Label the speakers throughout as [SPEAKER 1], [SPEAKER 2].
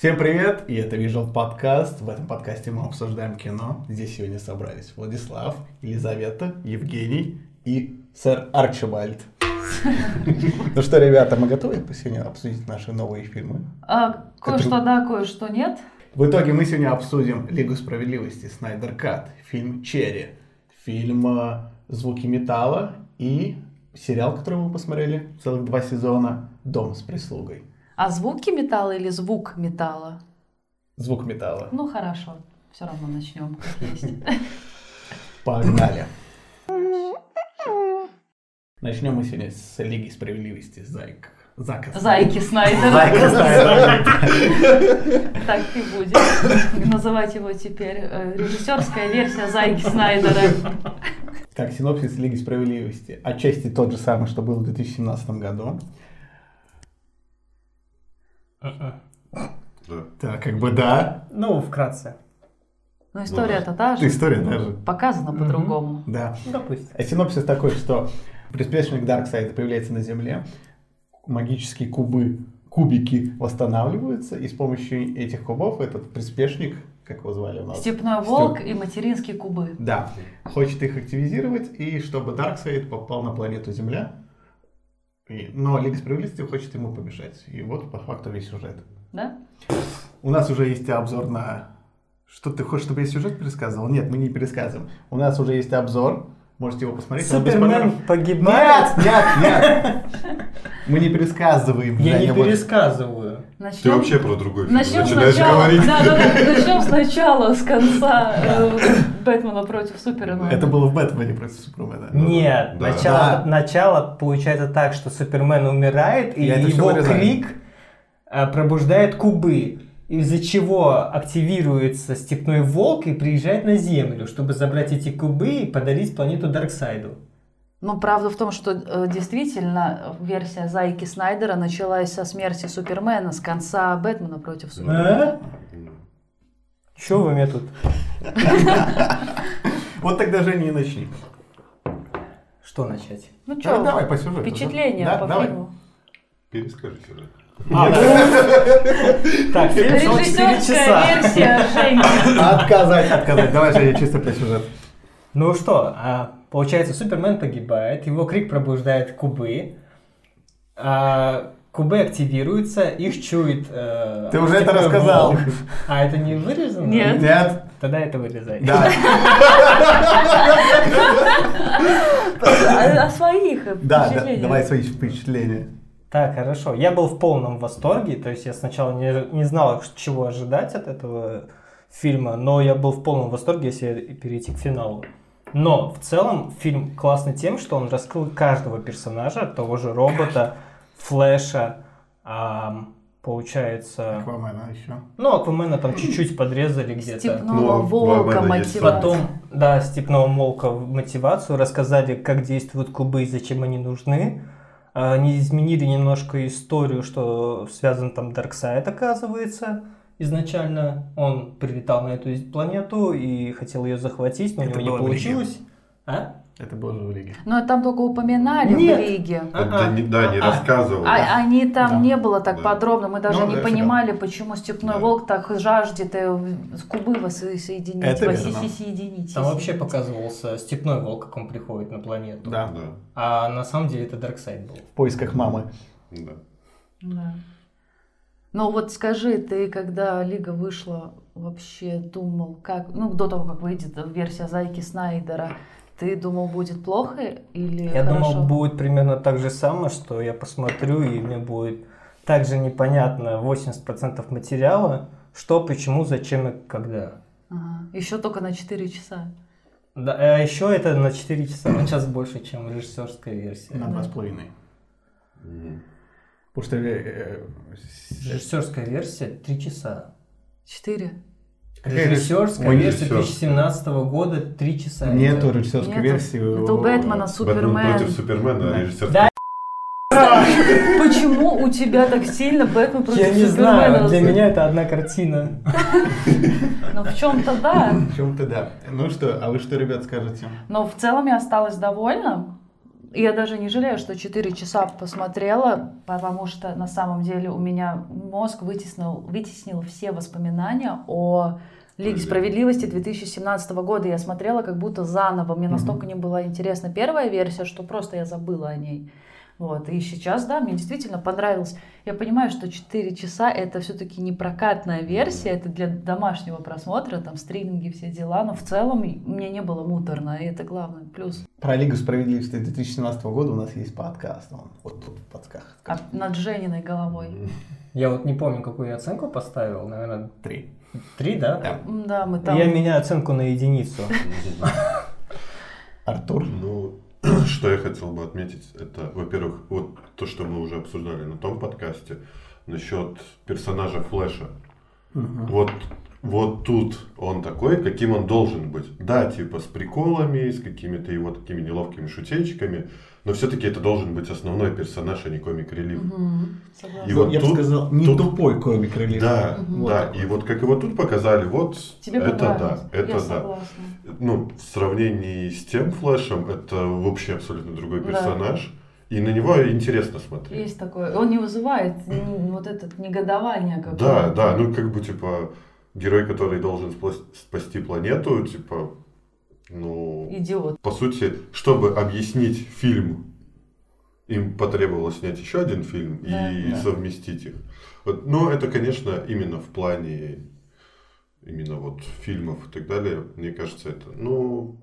[SPEAKER 1] Всем привет, и это Visual подкаст. В этом подкасте мы обсуждаем кино. Здесь сегодня собрались Владислав, Елизавета, Евгений и сэр Арчибальд. Ну что, ребята, мы готовы сегодня обсудить наши новые фильмы?
[SPEAKER 2] Кое-что да, кое-что нет.
[SPEAKER 1] В итоге мы сегодня обсудим «Лигу справедливости», «Снайдер Кат», фильм «Черри», фильм «Звуки металла» и сериал, который мы посмотрели, целых 2 сезона, «Дом с прислугой».
[SPEAKER 2] А звуки металла или звук металла?
[SPEAKER 1] Звук металла.
[SPEAKER 2] Ну хорошо, все равно начнем, как есть.
[SPEAKER 1] Погнали. Начнем мы сегодня с Лиги справедливости
[SPEAKER 2] Зайки Снайдера. Так и будем называть его теперь. Режиссерская версия Зайки Снайдера.
[SPEAKER 1] Так, синопсис Лиги справедливости. Отчасти тот же самый, что был в 2017 году. Так, как бы да.
[SPEAKER 3] Ну, вкратце.
[SPEAKER 2] Но история-то та же.
[SPEAKER 1] История та же.
[SPEAKER 2] Показана по-другому.
[SPEAKER 1] Да.
[SPEAKER 3] Допустим.
[SPEAKER 1] А синопсис такой, что приспешник Дарксайда появляется на Земле, магические кубики восстанавливаются, и с помощью этих кубов этот приспешник, как его звали у нас?
[SPEAKER 2] Степной волк и материнские кубы.
[SPEAKER 1] Да. Хочет их активизировать, и чтобы Дарксайд попал на планету Земля. Но Лига справедливости хочет ему помешать. И вот по факту весь сюжет.
[SPEAKER 2] Да?
[SPEAKER 1] У нас уже есть обзор на... Что ты хочешь, чтобы я сюжет пересказывал? Нет, мы не пересказываем. У нас уже есть обзор. Можете его посмотреть.
[SPEAKER 3] Супермен погибает?
[SPEAKER 1] Нет! Мы не пересказываем.
[SPEAKER 3] Я не пересказываю.
[SPEAKER 4] Ты вообще про другой фильм
[SPEAKER 2] Начнем
[SPEAKER 4] начинаешь
[SPEAKER 2] сначала,
[SPEAKER 4] говорить.
[SPEAKER 2] начнем сначала, с конца Бэтмена против Супермена.
[SPEAKER 1] Это было в Бэтмене против Супермена.
[SPEAKER 3] Нет,
[SPEAKER 4] Да.
[SPEAKER 3] начало получается так, что Супермен умирает, и
[SPEAKER 1] Я это всё
[SPEAKER 3] его
[SPEAKER 1] вырезаю.
[SPEAKER 3] крик пробуждает кубы, из-за чего активируется Степной Волк и приезжает на Землю, чтобы забрать эти кубы и подарить планету Дарксайду.
[SPEAKER 2] Но правда в том, что действительно версия Зайки Снайдера началась со смерти Супермена, с конца Бэтмена против Супермена.
[SPEAKER 3] Чё вы мне тут?
[SPEAKER 1] Вот тогда Женя и начни.
[SPEAKER 3] Что начать?
[SPEAKER 2] Ну что,
[SPEAKER 1] Давай по сюжету.
[SPEAKER 2] впечатления
[SPEAKER 1] Да,
[SPEAKER 2] по
[SPEAKER 1] давай.
[SPEAKER 2] фильму?
[SPEAKER 4] Перескажи сюда.
[SPEAKER 3] Так, фильм шел 4
[SPEAKER 2] Режиссерская
[SPEAKER 3] часа.
[SPEAKER 2] версия Жени.
[SPEAKER 1] Отказать. Давай, Женя, чисто про сюжет.
[SPEAKER 3] Ну что, получается, Супермен погибает, его крик пробуждает кубы, кубы активируются, их чует...
[SPEAKER 1] Ты уже это рассказал.
[SPEAKER 3] Волк. А это не вырезано?
[SPEAKER 2] Нет.
[SPEAKER 1] Нет.
[SPEAKER 3] Тогда это вырезай.
[SPEAKER 1] Да.
[SPEAKER 2] О своих
[SPEAKER 1] Да,
[SPEAKER 2] впечатлениях.
[SPEAKER 1] давай свои впечатления.
[SPEAKER 3] Так, хорошо. Я был в полном восторге, то есть я сначала не знал, чего ожидать от этого фильма, но я был в полном восторге, если перейти к финалу. Но в целом фильм классный тем, что он раскрыл каждого персонажа, того же робота, Флэша, получается...
[SPEAKER 1] Аквамена еще.
[SPEAKER 3] Ну, Аквамена там чуть-чуть подрезали где-то.
[SPEAKER 2] Степного
[SPEAKER 4] Ну,
[SPEAKER 2] волка
[SPEAKER 4] Бабана есть
[SPEAKER 2] мотивация.
[SPEAKER 3] Потом, да, Степного Волка мотивацию, рассказали, как действуют кубы и зачем они нужны. Они изменили немножко историю, что связан там Дарксайд, оказывается. Изначально он прилетал на эту планету и хотел ее захватить, но у
[SPEAKER 1] Это
[SPEAKER 3] него не
[SPEAKER 1] было в Лиге.
[SPEAKER 3] получилось.
[SPEAKER 1] Это было же в Лиге.
[SPEAKER 2] Но там только упоминали
[SPEAKER 3] Нет.
[SPEAKER 2] в Лиге.
[SPEAKER 4] Не рассказывал.
[SPEAKER 2] Они там
[SPEAKER 1] Да.
[SPEAKER 2] не было так
[SPEAKER 4] Да.
[SPEAKER 2] подробно, мы даже
[SPEAKER 1] Ну,
[SPEAKER 2] не
[SPEAKER 1] да,
[SPEAKER 2] понимали, почему Степной
[SPEAKER 4] Да.
[SPEAKER 2] Волк так жаждет с кубы воссоединить.
[SPEAKER 1] Это верно.
[SPEAKER 2] Соединить.
[SPEAKER 3] Там вообще показывался Степной Волк, как он приходит на планету.
[SPEAKER 1] Да.
[SPEAKER 4] Да,
[SPEAKER 3] А на самом деле это Дарксайд был.
[SPEAKER 1] В поисках мамы.
[SPEAKER 4] да.
[SPEAKER 2] Да. Ну вот скажи, ты когда Лига вышла, вообще думал, как, до того, как выйдет версия Зайки Снайдера, ты думал, будет плохо или
[SPEAKER 3] Я
[SPEAKER 2] хорошо?
[SPEAKER 3] думал, будет примерно так же самое, что я посмотрю, и мне будет также непонятно 80% материала, что, почему, зачем и когда.
[SPEAKER 2] Ага. Еще только на 4 часа.
[SPEAKER 3] Да, а еще это на 4 часа, на час больше, чем режиссерская версия.
[SPEAKER 1] На 2,5. Потому что...
[SPEAKER 3] Режиссерская версия 3 часа.
[SPEAKER 2] 4.
[SPEAKER 3] Режиссерская
[SPEAKER 1] Ой,
[SPEAKER 3] версия
[SPEAKER 4] режиссер.
[SPEAKER 3] 2017 года 3 часа.
[SPEAKER 1] Нету режиссерской
[SPEAKER 2] Нету.
[SPEAKER 1] версии.
[SPEAKER 2] Это у Бэтмена
[SPEAKER 4] Бэтмен
[SPEAKER 2] Супермен.
[SPEAKER 4] против Супермена,
[SPEAKER 1] Да.
[SPEAKER 4] режиссер.
[SPEAKER 3] Да.
[SPEAKER 2] Почему у тебя так сильно Бэтмен против
[SPEAKER 3] Я не
[SPEAKER 2] Супермена?
[SPEAKER 3] знаю, для меня это одна картина.
[SPEAKER 2] Ну в чем-то да.
[SPEAKER 1] В чем-то да. Ну что, а вы что, ребят, скажете?
[SPEAKER 2] Но в целом я осталась довольна. Я даже не жалею, что 4 часа посмотрела, потому что на самом деле у меня мозг вытеснил все воспоминания о Лиге справедливости 2017 года. Я смотрела как будто заново. Мне настолько не была интересна первая версия, что просто я забыла о ней. Вот. И сейчас, да, мне действительно понравилось. Я понимаю, что 4 часа это все-таки не прокатная версия, это для домашнего просмотра, там стриминги, все дела, но в целом мне не было муторно, и это главный плюс.
[SPEAKER 1] Про Лигу справедливости 2017 года у нас есть подкаст, он вот тут в подсказках.
[SPEAKER 2] Над Жениной головой.
[SPEAKER 3] Я вот не помню, какую я оценку поставил, наверное...
[SPEAKER 1] 3.
[SPEAKER 3] 3, да?
[SPEAKER 2] Да, мы там...
[SPEAKER 3] Я меняю оценку на единицу.
[SPEAKER 1] Артур?
[SPEAKER 4] Ну, что я хотел бы отметить, это, во-первых, вот то, что мы уже обсуждали на том подкасте, насчет персонажа Флэша. Вот тут он такой, каким он должен быть. Да, типа с приколами, с какими-то его такими неловкими шутейчиками, но все-таки это должен быть основной персонаж, а не комик-релив.
[SPEAKER 2] Согласна.
[SPEAKER 1] Вот я бы сказал, не тупой комик-релив.
[SPEAKER 4] Да,
[SPEAKER 1] Вот
[SPEAKER 4] да.
[SPEAKER 1] такой.
[SPEAKER 4] И вот как его тут показали, вот
[SPEAKER 2] Тебе
[SPEAKER 4] это
[SPEAKER 2] понравилось?
[SPEAKER 4] да, это
[SPEAKER 2] Я
[SPEAKER 4] да.
[SPEAKER 2] согласна.
[SPEAKER 4] Ну, в сравнении с тем Флэшем, это вообще абсолютно другой персонаж. И на него интересно смотреть.
[SPEAKER 2] Есть такое. Он не вызывает вот это негодование какое-то.
[SPEAKER 4] Да, да, ну как бы типа герой, который должен спасти планету, типа, ну...
[SPEAKER 2] Идиот.
[SPEAKER 4] По сути, чтобы объяснить фильм, им потребовалось снять еще один фильм и совместить их. Вот, но это, конечно, именно в плане именно вот фильмов и так далее, мне кажется, это, ну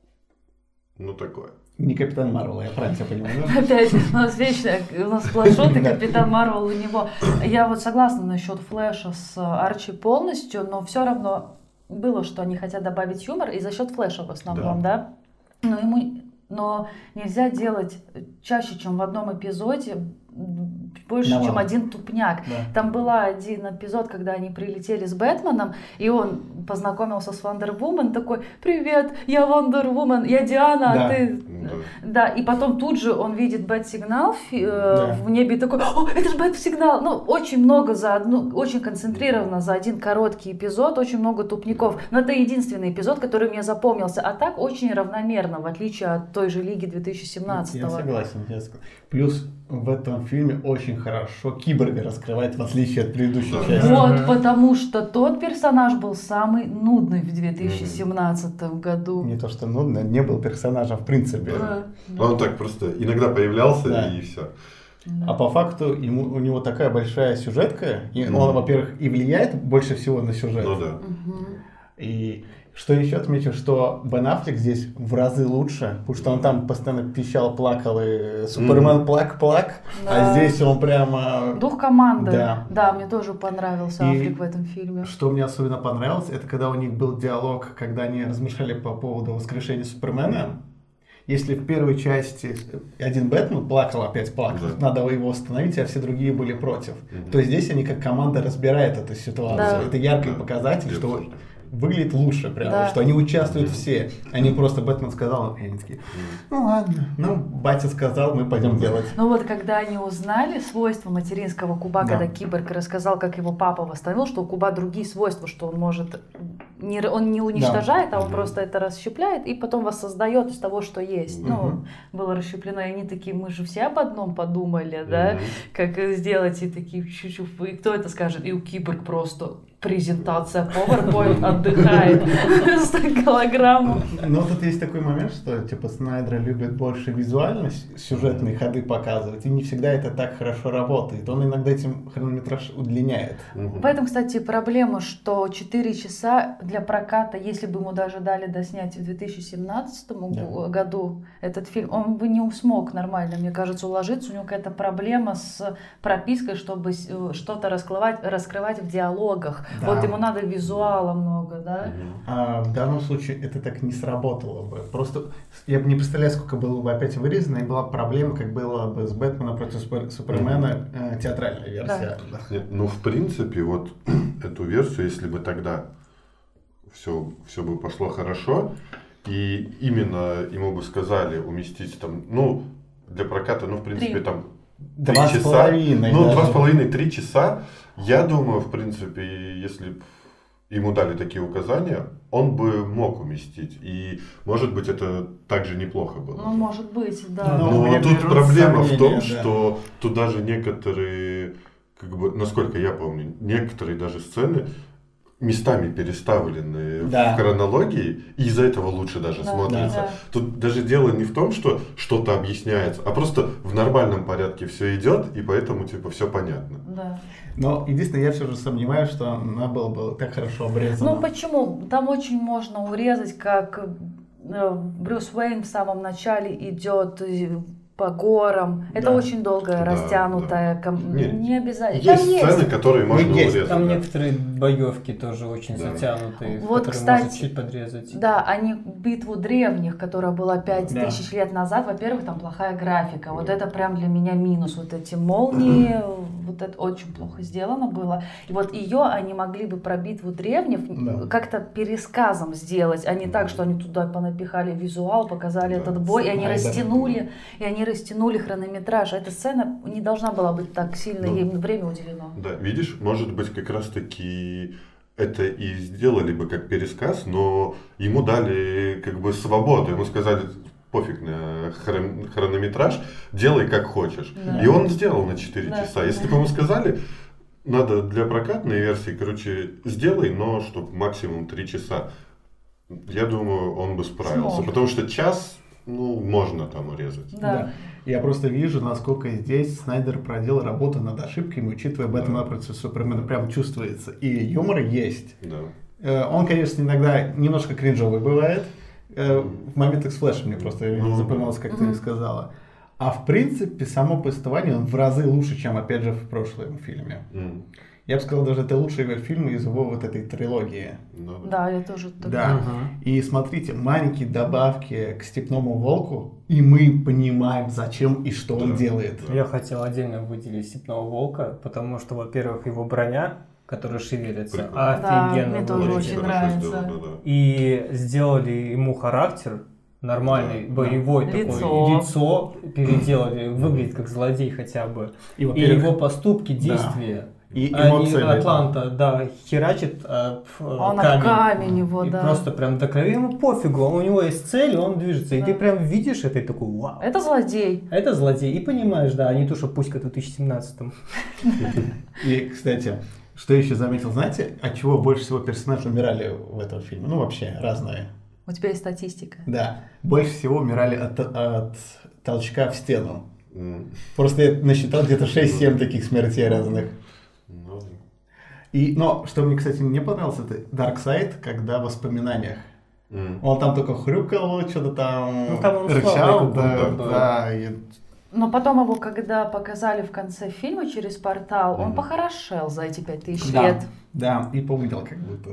[SPEAKER 4] такое.
[SPEAKER 1] Не Капитан Марвел, я правильно тебя понимаю, да?
[SPEAKER 2] Опять у нас вечно, у нас сплошет и Капитан Марвел у него. Я вот согласна насчет Флэша с Арчи полностью, но все равно было, что они хотят добавить юмор, и за счет Флэша в основном, да? Но нельзя делать чаще, чем в одном эпизоде, больше, чем один тупняк.
[SPEAKER 1] Да.
[SPEAKER 2] Там был один эпизод, когда они прилетели с Бэтменом, и он познакомился с Вандер-Вумен, такой: «Привет, я Вандер-Вумен, я Диана, а ты...» Да, и потом тут же он видит Бэт-сигнал в небе и такой: «О, это же Бэт-сигнал!» Ну, очень много очень концентрированно за один короткий эпизод, очень много тупников. Но это единственный эпизод, который мне запомнился. А так очень равномерно, в отличие от той же Лиги 2017.
[SPEAKER 1] Я согласен. Плюс в этом фильме очень хорошо Киборга раскрывает, в отличие от предыдущей части.
[SPEAKER 2] Вот, потому что тот персонаж был самый нудный в 2017 году.
[SPEAKER 1] Не то, что нудный, не был персонажем в принципе.
[SPEAKER 2] Да.
[SPEAKER 4] Он так просто иногда появлялся и все.
[SPEAKER 1] А по факту у него такая большая сюжетка, и он, во-первых, и влияет больше всего на сюжет.
[SPEAKER 4] Ну да.
[SPEAKER 1] И что еще отмечу, что Бен Аффлек здесь в разы лучше, потому что он там постоянно пищал, плакал, и Супермен плак, а здесь он прямо...
[SPEAKER 2] Дух команды.
[SPEAKER 1] Да,
[SPEAKER 2] мне тоже понравился Аффлек в этом фильме.
[SPEAKER 1] Что мне особенно понравилось, это когда у них был диалог, когда они размышляли по поводу воскрешения Супермена. Если в первой части один Бэтмен плакал, надо его остановить, а все другие были против, то здесь они как команда разбирают эту ситуацию.
[SPEAKER 2] Да.
[SPEAKER 1] Это яркий показатель, что выглядит лучше прямо, что они участвуют все. Они просто Бэтмен сказал, и они такие: ну ладно, батя сказал, мы пойдем делать.
[SPEAKER 2] Ну вот когда они узнали свойства материнского куба, когда Киборг рассказал, как его папа восстановил, что у куба другие свойства, что он может, он не уничтожает, а он просто это расщепляет и потом воссоздает из того, что есть. Ну, было расщеплено, и они такие: мы же все об одном подумали, да, как сделать, и такие: и кто это скажет? И у Киборг просто презентация, PowerPoint отдыхает с голограмму.
[SPEAKER 1] Но тут есть такой момент, что типа Снайдер любит больше визуально сюжетные ходы показывать, и не всегда это так хорошо работает. Он иногда этим хронометраж удлиняет.
[SPEAKER 2] В этом, кстати, проблема, что 4 часа для проката, если бы ему даже дали доснять в 2017 году этот фильм, он бы не смог нормально, мне кажется, уложиться. У него какая-то проблема с пропиской, чтобы что-то раскрывать в диалогах. Да. Вот ему надо визуала много, да?
[SPEAKER 1] А в данном случае это так не сработало бы. Просто я бы не представляю, сколько было бы опять вырезано, и была проблема, как было бы с Бэтменом против Супермена театральная версия.
[SPEAKER 4] Да. Нет, ну, в принципе, вот эту версию, если бы тогда все бы пошло хорошо, и именно ему бы сказали уместить там, для проката, в принципе,
[SPEAKER 1] 3.
[SPEAKER 4] там
[SPEAKER 1] 3 часа.
[SPEAKER 4] 2,5-3 часа. Я думаю, в принципе, если ему дали такие указания, он бы мог уместить. И, может быть, это также неплохо было.
[SPEAKER 2] Ну, может быть, да.
[SPEAKER 4] Но тут проблема в том,
[SPEAKER 1] да.
[SPEAKER 4] что тут даже некоторые, насколько я помню, некоторые даже сцены местами переставлены в хронологии, и из-за этого лучше даже смотрится.
[SPEAKER 2] Да.
[SPEAKER 4] Тут даже дело не в том, что что-то объясняется, а просто в нормальном порядке все идет, и поэтому все понятно.
[SPEAKER 2] Да.
[SPEAKER 1] Но единственное, я все же сомневаюсь, что она была бы так хорошо обрезана.
[SPEAKER 2] Ну почему? Там очень можно урезать, как Брюс Уэйн в самом начале идет по горам. Это очень долгая, растянутая. Не обязательно.
[SPEAKER 4] Есть сцены, которые можно урезать.
[SPEAKER 3] Там некоторые боевки тоже очень затянутые,
[SPEAKER 2] вот,
[SPEAKER 3] которые
[SPEAKER 2] кстати,
[SPEAKER 3] можно чуть подрезать.
[SPEAKER 2] Да, они битву древних, которая была 5000 лет назад, во-первых, там плохая графика. Вот это прям для меня минус. Вот эти молнии, вот это очень плохо сделано было. И вот ее они могли бы про битву древних как-то пересказом сделать, а не так, что они туда понапихали визуал, показали этот бой, и они растянули хронометраж. Эта сцена не должна была быть так сильно, ей время уделено.
[SPEAKER 4] Да, видишь, может быть, как раз таки это и сделали бы как пересказ, но ему дали свободу, ему сказали: пофиг на хронометраж, делай как хочешь. Да. И он сделал на 4 часа. Если бы ему сказали, надо для прокатной версии, сделай, но чтобы максимум 3 часа, я думаю, он бы справился. Потому что час, можно там урезать.
[SPEAKER 2] Да.
[SPEAKER 1] Я просто вижу, насколько здесь Снайдер проделал работу над ошибками, учитывая Бэтмена против Супермена, прям чувствуется. И юмор есть.
[SPEAKER 4] Да.
[SPEAKER 1] Он, конечно, иногда немножко кринжовый бывает. В моментах с Флэшем мне просто запомнилось, как ты сказала. А в принципе, само повествование в разы лучше, чем, опять же, в прошлом фильме. Я бы сказал, даже это лучший фильм из его вот этой трилогии.
[SPEAKER 2] Да, я тоже так.
[SPEAKER 1] Да. И смотрите, маленькие добавки к Степному Волку, и мы понимаем, зачем и что он делает.
[SPEAKER 3] Я хотел отдельно выделить Степного Волка, потому что, во-первых, его броня, которая шевелится, офигенно
[SPEAKER 2] мне тоже очень нравится.
[SPEAKER 3] И сделали ему характер нормальный, боевой такой, лицо переделали, выглядит как злодей хотя бы. И его поступки, действия. И Атланта, херачит
[SPEAKER 2] он камень его,
[SPEAKER 3] и просто прям до крови, ему пофигу, у него есть цель, он движется, и ты прям видишь это и такой: вау.
[SPEAKER 2] Это злодей.
[SPEAKER 3] Это злодей, и понимаешь, а не то, что Пуська в 2017-м.
[SPEAKER 1] И, кстати, что еще заметил, знаете, от чего больше всего персонажи умирали в этом фильме? Вообще, разные.
[SPEAKER 2] У тебя есть статистика. Да,
[SPEAKER 1] больше всего умирали от толчка в стену. Просто я насчитал где-то 6-7 таких смертей разных. Но что мне, кстати, не понравилось, это Дарксайд, когда в воспоминаниях. Он там только хрюкал, что-то там, рычал.
[SPEAKER 2] Но потом его, когда показали в конце фильма через портал, он похорошел за эти 5000 лет.
[SPEAKER 1] Да, и поумнел как будто.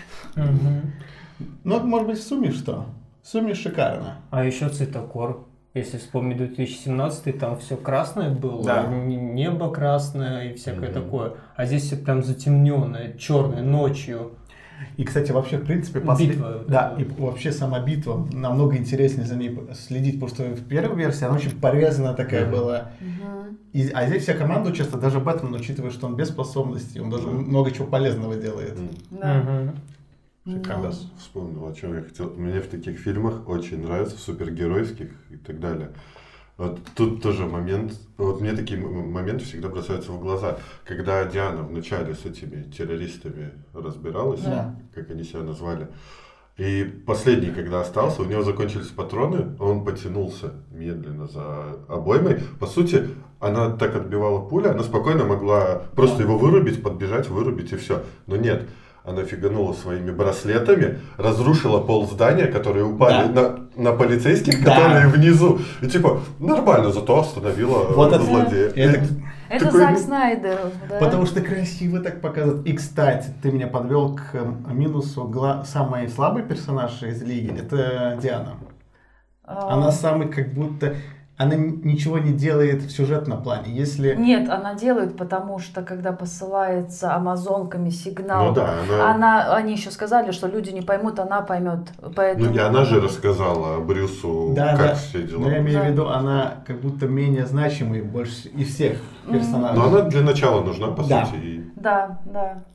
[SPEAKER 1] Может быть, в сумме что? В сумме шикарно.
[SPEAKER 3] А еще цветокор. Если вспомнить 2017, там все красное было, небо красное и всякое такое. А здесь все прям затемненное, черное, ночью.
[SPEAKER 1] И, кстати, вообще, в принципе,
[SPEAKER 3] битва.
[SPEAKER 1] Да, и вообще сама битва, намного интереснее за ней следить, потому что в первой версии она очень порезанная такая была. А здесь вся команда участвует, даже Бэтмен, учитывая, что он без способностей, он даже много чего полезного делает.
[SPEAKER 4] Шикарно. Вспомнил, о чем я хотел. Мне в таких фильмах очень нравится, в супергеройских и так далее. Вот тут тоже момент, мне такие моменты всегда бросаются в глаза. Когда Диана вначале с этими террористами разбиралась, как они себя назвали, и последний, когда остался, у него закончились патроны, он потянулся медленно за обоймой. По сути, она так отбивала пули, она спокойно могла просто его вырубить, подбежать, вырубить и все. Но нет. Она фиганула своими браслетами, разрушила пол здания, которые упали на полицейских, которые внизу. И нормально, зато остановила злодея.
[SPEAKER 2] Это Зак Снайдер.
[SPEAKER 1] Потому что красиво так показывают. И, кстати, ты меня подвел к минусу. Самый слабый персонаж из Лиги — это Диана. Она самый как будто... Она ничего не делает в сюжетном плане.
[SPEAKER 2] Нет, она делает, потому что когда посылается амазонками сигнал, они еще сказали, что люди не поймут, она поймет. Поэтому...
[SPEAKER 4] И она же рассказала Брюсу, как все дела.
[SPEAKER 1] Но я имею в виду, она как будто менее значимая больше из всех персонажей.
[SPEAKER 4] Но она для начала нужна, по сути.
[SPEAKER 2] Да.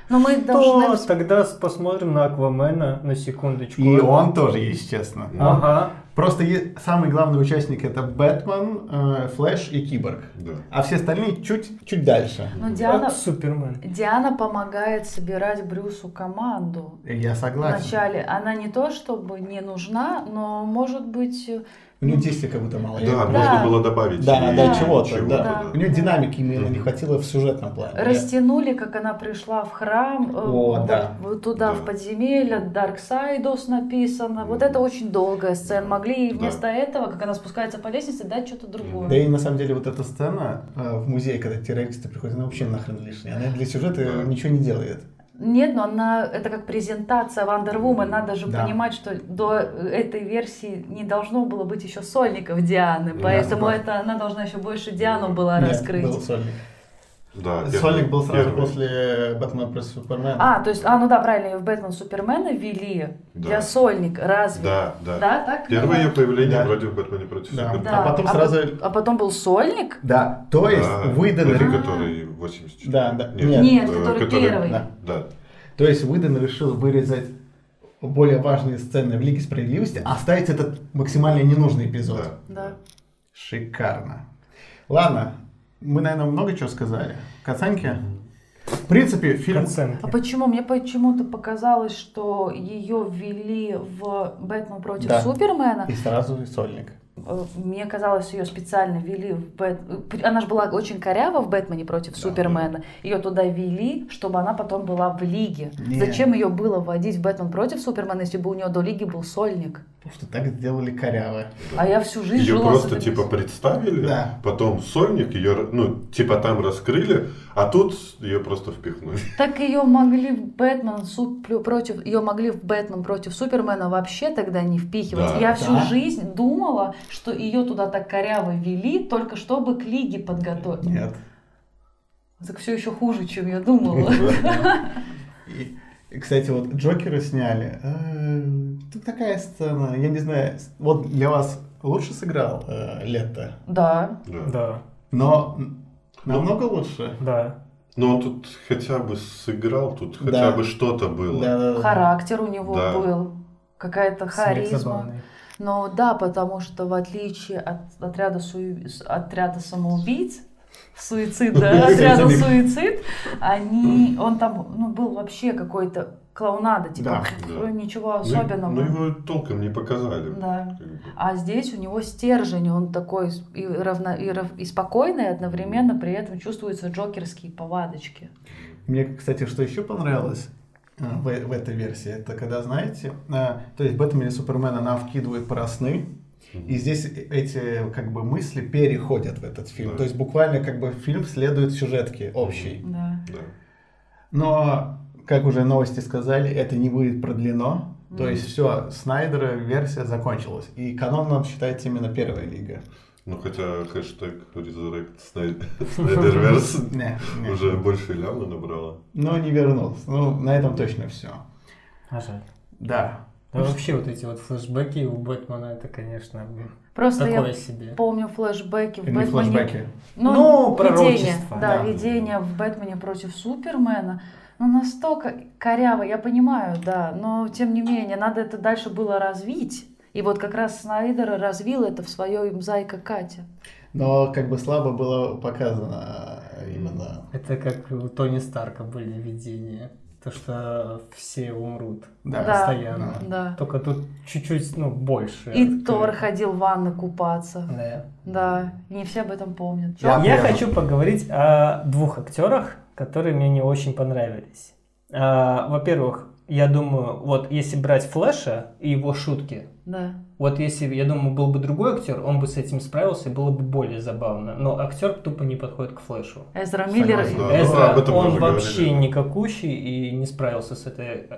[SPEAKER 2] Но мы должны...
[SPEAKER 3] Тогда посмотрим на Аквамена на секундочку.
[SPEAKER 1] И он тоже, естественно.
[SPEAKER 3] Ага.
[SPEAKER 1] Просто самый главный участник это Бэтмен, Флэш и Киборг.
[SPEAKER 4] Да.
[SPEAKER 1] А все остальные чуть дальше.
[SPEAKER 2] Но
[SPEAKER 3] Супермен.
[SPEAKER 2] Диана помогает собирать Брюсу команду.
[SPEAKER 1] Я согласен.
[SPEAKER 2] Вначале она не то чтобы не нужна, но может быть...
[SPEAKER 1] У нее действия как будто мало.
[SPEAKER 4] Да, можно было добавить.
[SPEAKER 1] Да,
[SPEAKER 4] ей
[SPEAKER 1] чего-то. Да.
[SPEAKER 2] Да.
[SPEAKER 1] У нее динамики именно не хватило в сюжетном плане.
[SPEAKER 2] Растянули, как она пришла в храм, вот туда, в подземелье, Darksiders написано. Вот это очень долгая сцена. Могли вместо этого, как она спускается по лестнице, дать что-то другое.
[SPEAKER 1] Да и на самом деле вот эта сцена в музее, когда террористы приходят, она вообще нахрен лишняя. Она для сюжета ничего не делает.
[SPEAKER 2] Нет, но это как презентация Wonder Woman. Надо же понимать, что до этой версии не должно было быть еще сольников Дианы. Поэтому она должна еще больше Диану была раскрыть.
[SPEAKER 1] Был сольник.
[SPEAKER 4] Да,
[SPEAKER 1] сольник был сразу после Бэтмена против Супермена.
[SPEAKER 2] Правильно, ее в Бэтмен Супермена ввели для сольник. Разве?
[SPEAKER 4] Да.
[SPEAKER 2] Так?
[SPEAKER 4] Первое ее появление вроде в Бэтмене против Супермена.
[SPEAKER 2] Да.
[SPEAKER 1] А потом сразу...
[SPEAKER 2] А потом был сольник?
[SPEAKER 1] Да, то есть выдан...
[SPEAKER 4] который 84.
[SPEAKER 1] Да.
[SPEAKER 2] Нет, который первый.
[SPEAKER 4] Да.
[SPEAKER 1] То есть Уидон решил вырезать более важные сцены в Лиге Справедливости, а оставить этот максимально ненужный эпизод.
[SPEAKER 2] Да.
[SPEAKER 1] Шикарно. Ладно, мы, наверное, много чего сказали. К оценке? В принципе, фильм...
[SPEAKER 2] А почему? Мне почему-то показалось, что ее ввели в Бэтмен против Супермена.
[SPEAKER 1] И сразу сольник.
[SPEAKER 2] Мне казалось, ее специально ввели Она же была очень корява в Бэтмене против Супермена. Ее туда ввели, чтобы она потом была в Лиге.
[SPEAKER 1] Нет.
[SPEAKER 2] Зачем ее было вводить в Бэтмен против Супермена, если бы у нее до Лиги был сольник?
[SPEAKER 1] Потому что так сделали коряво.
[SPEAKER 2] А я всю жизнь
[SPEAKER 4] ее
[SPEAKER 2] жила
[SPEAKER 4] просто
[SPEAKER 2] с этим.
[SPEAKER 4] представили, потом сольник, ее там раскрыли, а тут ее просто впихнули.
[SPEAKER 2] Так ее могли в Бэтмен против Супермена вообще тогда не впихивать. Я всю жизнь думала, что ее туда так коряво вели, только чтобы к Лиге подготовить.
[SPEAKER 1] Нет.
[SPEAKER 2] Так все еще хуже, чем я думала.
[SPEAKER 1] И, кстати, вот Джокера сняли. Тут такая сцена, я не знаю, вот для вас лучше сыграл Лето?
[SPEAKER 2] Да.
[SPEAKER 1] Но намного лучше?
[SPEAKER 3] Да.
[SPEAKER 4] Но он тут хотя бы сыграл, тут хотя бы что-то было.
[SPEAKER 2] Характер у него был, какая-то харизма. Но потому что в отличие от отряда самоубийц, отряда суицид, он там был вообще какой-то клоунада, ничего особенного.
[SPEAKER 4] Но его толком не показали.
[SPEAKER 2] Да. А здесь у него стержень, он такой и спокойный, одновременно при этом чувствуются джокерские повадочки.
[SPEAKER 1] Мне, кстати, что еще понравилось в этой версии, это когда, знаете, то есть Бэтмен и Супермен она вкидывает про сны, и здесь эти мысли переходят в этот фильм. То есть буквально фильм следует сюжетке общей.
[SPEAKER 2] Да.
[SPEAKER 1] Но, как уже новости сказали, это не будет продлено. То есть все, Снайдера версия закончилась. И каноном считается именно первая лига.
[SPEAKER 4] Хотя хэштег Resurrect Snyderverse уже больше ляма набрала.
[SPEAKER 1] Но не вернулся. На этом точно все.
[SPEAKER 3] А жаль.
[SPEAKER 1] Да.
[SPEAKER 3] Вообще вот эти вот флешбеки у Бэтмена, это, конечно,
[SPEAKER 2] просто
[SPEAKER 3] такое
[SPEAKER 2] я
[SPEAKER 3] себе.
[SPEAKER 2] Помню флешбеки в
[SPEAKER 1] Бэтмене.
[SPEAKER 2] Флешбеки.
[SPEAKER 3] Пророчество.
[SPEAKER 2] Видение в Бэтмене против Супермена. Настолько коряво, я понимаю, но тем не менее, надо это дальше было развить. И вот как раз Снайдер развил это в своем «Зайка Катя».
[SPEAKER 1] Но слабо было показано именно...
[SPEAKER 3] Это как у Тони Старка были видения. То, что все умрут постоянно.
[SPEAKER 2] Да.
[SPEAKER 3] Только тут чуть-чуть больше.
[SPEAKER 2] И Тор ходил в ванны купаться.
[SPEAKER 3] Да.
[SPEAKER 2] Не все об этом помнят.
[SPEAKER 3] Я хочу поговорить о двух актерах, которые мне не очень понравились. Во-первых, я думаю, если брать Флэша и его шутки, если, я думаю, был бы другой актер, он бы с этим справился, и было бы более забавно. Но актер тупо не подходит к Флэшу.
[SPEAKER 2] Эзра Миллер.
[SPEAKER 3] Он вообще никакущий и не справился с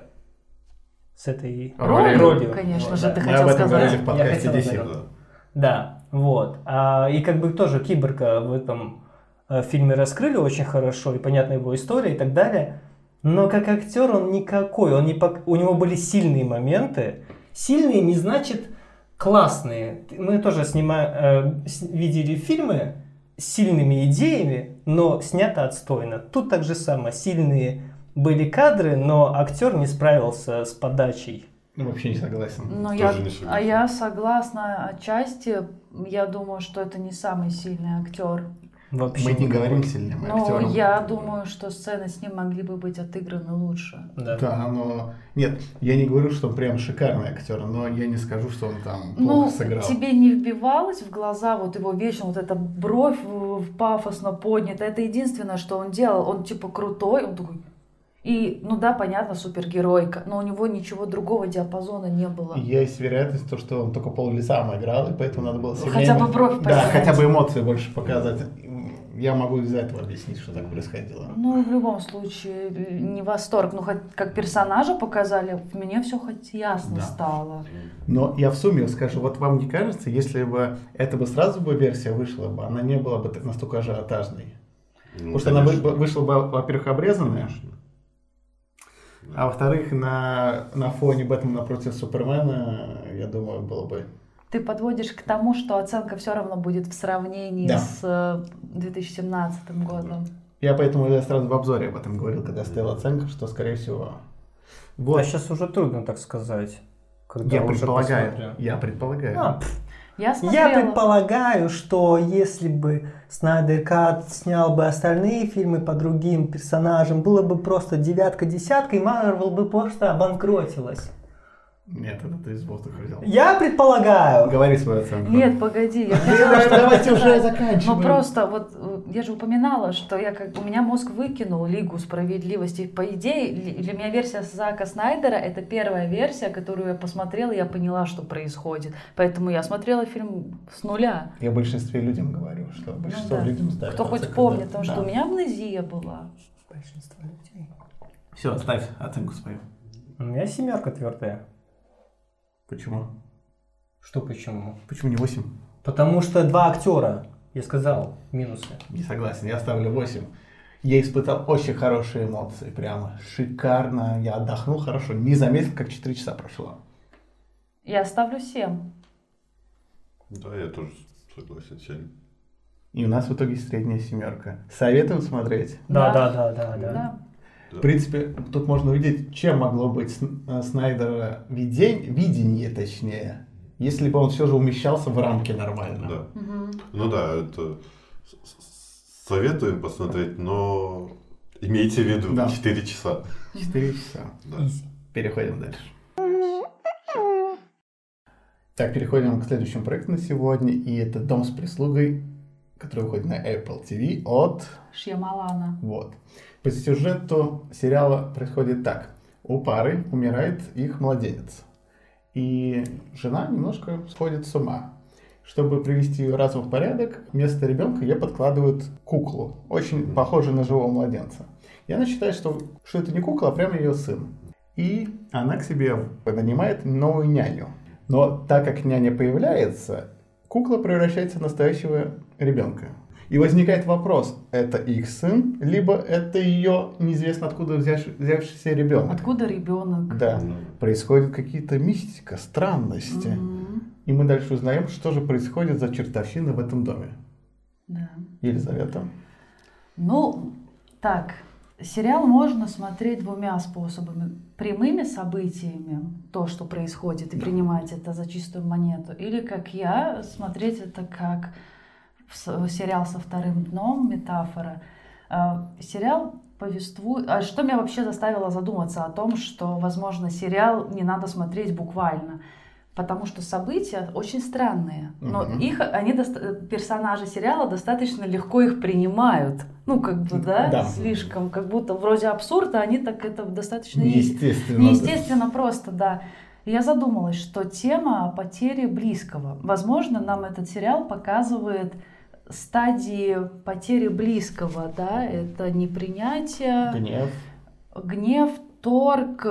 [SPEAKER 3] этой ролью.
[SPEAKER 2] Конечно же, ты хотел сказать.
[SPEAKER 1] В подкасте DC.
[SPEAKER 3] Да, вот. И тоже Киборга в этом фильме раскрыли очень хорошо, и понятна его история и так далее. Но как актер он никакой. У него были сильные моменты. Сильные не значит классные. Мы тоже видели фильмы с сильными идеями, но снято отстойно. Тут так же самое. Сильные были кадры, но актер не справился с подачей.
[SPEAKER 1] Ну, вообще не согласен.
[SPEAKER 2] Но
[SPEAKER 4] Тоже
[SPEAKER 2] я согласна отчасти. Я думаю, что это не самый сильный актер.
[SPEAKER 3] Вообще
[SPEAKER 1] Мы не
[SPEAKER 3] никакой.
[SPEAKER 1] говорим сильным
[SPEAKER 2] Но
[SPEAKER 1] актером.
[SPEAKER 2] я думаю, что сцены с ним могли бы быть отыграны лучше.
[SPEAKER 3] Да.
[SPEAKER 1] Да, но... Нет, я не говорю, что он прям шикарный актер, но я не скажу, что он там
[SPEAKER 2] Ну,
[SPEAKER 1] плохо сыграл.
[SPEAKER 2] тебе не вбивалось в глаза вот его вечно, вот эта бровь пафосно поднята. Это единственное, что он делал. Он типа крутой, он такой... И, ну да, понятно, супергеройка, но у него ничего другого диапазона не было.
[SPEAKER 1] Есть вероятность, то, что он только пол-лица играл, и поэтому надо было сильнее...
[SPEAKER 2] Хотя бы бровь
[SPEAKER 1] Да,
[SPEAKER 2] поднять.
[SPEAKER 1] хотя бы эмоции больше показать. Я могу из-за этого объяснить, что так происходило.
[SPEAKER 2] Ну, в любом случае, не восторг. Ну, хоть как персонажа показали, мне все хоть ясно
[SPEAKER 1] Да.
[SPEAKER 2] стало.
[SPEAKER 1] Но я в сумме скажу, вот вам не кажется, если бы это бы сразу бы версия вышла бы, она не была бы настолько ажиотажной?
[SPEAKER 4] Ну,
[SPEAKER 1] Потому что она
[SPEAKER 4] конечно.
[SPEAKER 1] вышла бы, во-первых, обрезанная, а во-вторых, на фоне Бэтмена против Супермена, я думаю, было бы...
[SPEAKER 2] Ты подводишь к тому, что оценка все равно будет в сравнении
[SPEAKER 1] Да.
[SPEAKER 2] с 2017 годом.
[SPEAKER 1] Я поэтому я сразу в обзоре об этом говорил, когда ставил оценку, что, скорее всего... Вот,
[SPEAKER 3] А сейчас уже трудно так сказать. Когда
[SPEAKER 1] я
[SPEAKER 3] уже
[SPEAKER 1] предполагаю,
[SPEAKER 3] посмотрел.
[SPEAKER 1] я предполагаю.
[SPEAKER 2] Я смотрела...
[SPEAKER 3] Я предполагаю, что если бы Снайдер Кат снял бы остальные фильмы по другим персонажам, было бы просто 9-10, и Марвел бы просто обанкротилась.
[SPEAKER 1] Нет, это ты из воздуха взял.
[SPEAKER 3] Я предполагаю.
[SPEAKER 1] Говори свою оценку.
[SPEAKER 2] Нет, погоди, я хотела что-то
[SPEAKER 1] Давайте уже
[SPEAKER 2] сказать.
[SPEAKER 1] заканчиваем.
[SPEAKER 2] Ну просто вот я же упоминала, что у меня мозг выкинул Лигу справедливости. По идее, для меня версия Зака Снайдера это первая версия, которую я посмотрела, и я поняла, что происходит. Поэтому я смотрела фильм с нуля.
[SPEAKER 1] Я большинстве людям говорю, что большинство
[SPEAKER 2] да.
[SPEAKER 1] людям ставят.
[SPEAKER 2] Кто хоть
[SPEAKER 1] оценку,
[SPEAKER 2] помнит,
[SPEAKER 1] да.
[SPEAKER 2] потому что у меня амнезия была.
[SPEAKER 3] Большинство людей.
[SPEAKER 1] Все, ставь оценку свою.
[SPEAKER 3] У меня 7 твердая.
[SPEAKER 1] Почему?
[SPEAKER 3] Что почему?
[SPEAKER 1] Почему не 8?
[SPEAKER 3] Потому что 2 актера. Я сказал, минусы.
[SPEAKER 1] Не согласен, я ставлю 8. Я испытал очень хорошие эмоции, прямо шикарно. Я отдохнул хорошо, не заметил, как 4 часа прошло.
[SPEAKER 2] Я ставлю 7.
[SPEAKER 4] Да, я тоже согласен, 7.
[SPEAKER 1] И у нас в итоге средняя 7. Советую смотреть.
[SPEAKER 2] Да.
[SPEAKER 1] В принципе, тут можно увидеть, чем могло быть Снайдера видение, точнее, если бы он все же умещался в рамки нормально.
[SPEAKER 4] Да.
[SPEAKER 2] Мгм.
[SPEAKER 4] Ну да, это советуем посмотреть, но имейте в виду,
[SPEAKER 1] Да.
[SPEAKER 4] 4 часа.
[SPEAKER 1] 4 часа.
[SPEAKER 4] Да.
[SPEAKER 1] Переходим дальше. Так, переходим к следующему проекту на сегодня, и это «Дом с прислугой», который выходит на Apple TV от...
[SPEAKER 2] Шьямалана.
[SPEAKER 1] Вот. По сюжету сериала происходит так. У пары умирает их младенец. И жена немножко сходит с ума. Чтобы привести ее разум в порядок, вместо ребенка ей подкладывают куклу, очень похожую на живого младенца. И она считает, что это не кукла, а прямо ее сын. И она к себе нанимает новую няню. Но так как няня появляется, кукла превращается в настоящего ребенка. И возникает вопрос, это их сын, либо это ее неизвестно откуда взявшийся ребенок.
[SPEAKER 2] Откуда ребенок?
[SPEAKER 1] Да, происходит какие-то мистика, странности.
[SPEAKER 2] Мгм.
[SPEAKER 1] И мы дальше узнаем, что же происходит за чертовщина в этом доме.
[SPEAKER 2] Да.
[SPEAKER 1] Елизавета.
[SPEAKER 2] Ну, так, сериал можно смотреть двумя способами. Прямыми событиями, то, что происходит, и принимать это за чистую монету. Или, как я, смотреть это как сериал со вторым дном, метафора. Сериал повествует... А что меня вообще заставило задуматься о том, что, возможно, сериал не надо смотреть буквально. Потому что события очень странные. Но
[SPEAKER 1] Мгм.
[SPEAKER 2] персонажи сериала достаточно легко их принимают. Ну, как бы, да,
[SPEAKER 1] Да.
[SPEAKER 2] слишком, как будто вроде абсурд, а они так это достаточно...
[SPEAKER 1] Неестественно.
[SPEAKER 2] Неестественно просто, да. И я задумалась, что тема потери близкого. Возможно, нам этот сериал показывает стадии потери близкого, да, это непринятие, гнев, торг,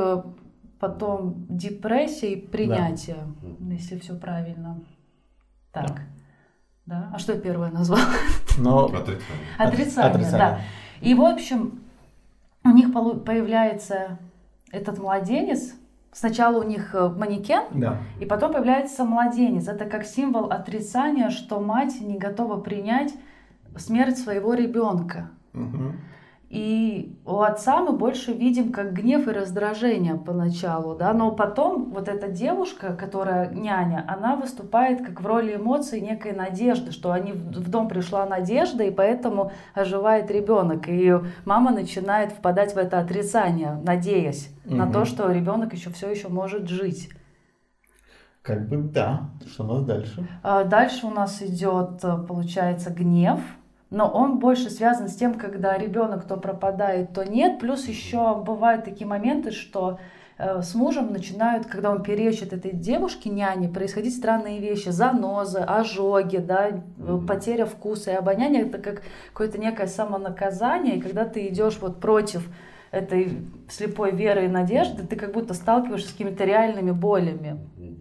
[SPEAKER 2] потом депрессия и принятие, если все правильно. Так, да. А что я первое назвала?
[SPEAKER 1] Но...
[SPEAKER 2] Отрицание, да. И, в общем, у них появляется этот младенец. Сначала у них манекен,
[SPEAKER 1] Да.
[SPEAKER 2] и потом появляется младенец. Это как символ отрицания, что мать не готова принять смерть своего ребенка.
[SPEAKER 1] Мгм.
[SPEAKER 2] И у отца мы больше видим как гнев и раздражение поначалу, да, но потом вот эта девушка, которая няня, она выступает как в роли эмоций некой надежды, что в дом пришла надежда, и поэтому оживает ребенок. И мама начинает впадать в это отрицание, надеясь на то, что ребенок все еще может жить.
[SPEAKER 1] Как бы да. Что у нас дальше?
[SPEAKER 2] Дальше у нас идет, получается, гнев. Но он больше связан с тем, когда ребенок то пропадает, то нет. Плюс еще бывают такие моменты, что с мужем начинают, когда он перечит этой девушке, няне, происходить странные вещи. Занозы, ожоги, да, потеря вкуса и обоняния. Это как какое-то некое самонаказание. И когда ты идешь вот против этой слепой веры и надежды, ты как будто сталкиваешься с какими-то реальными болями.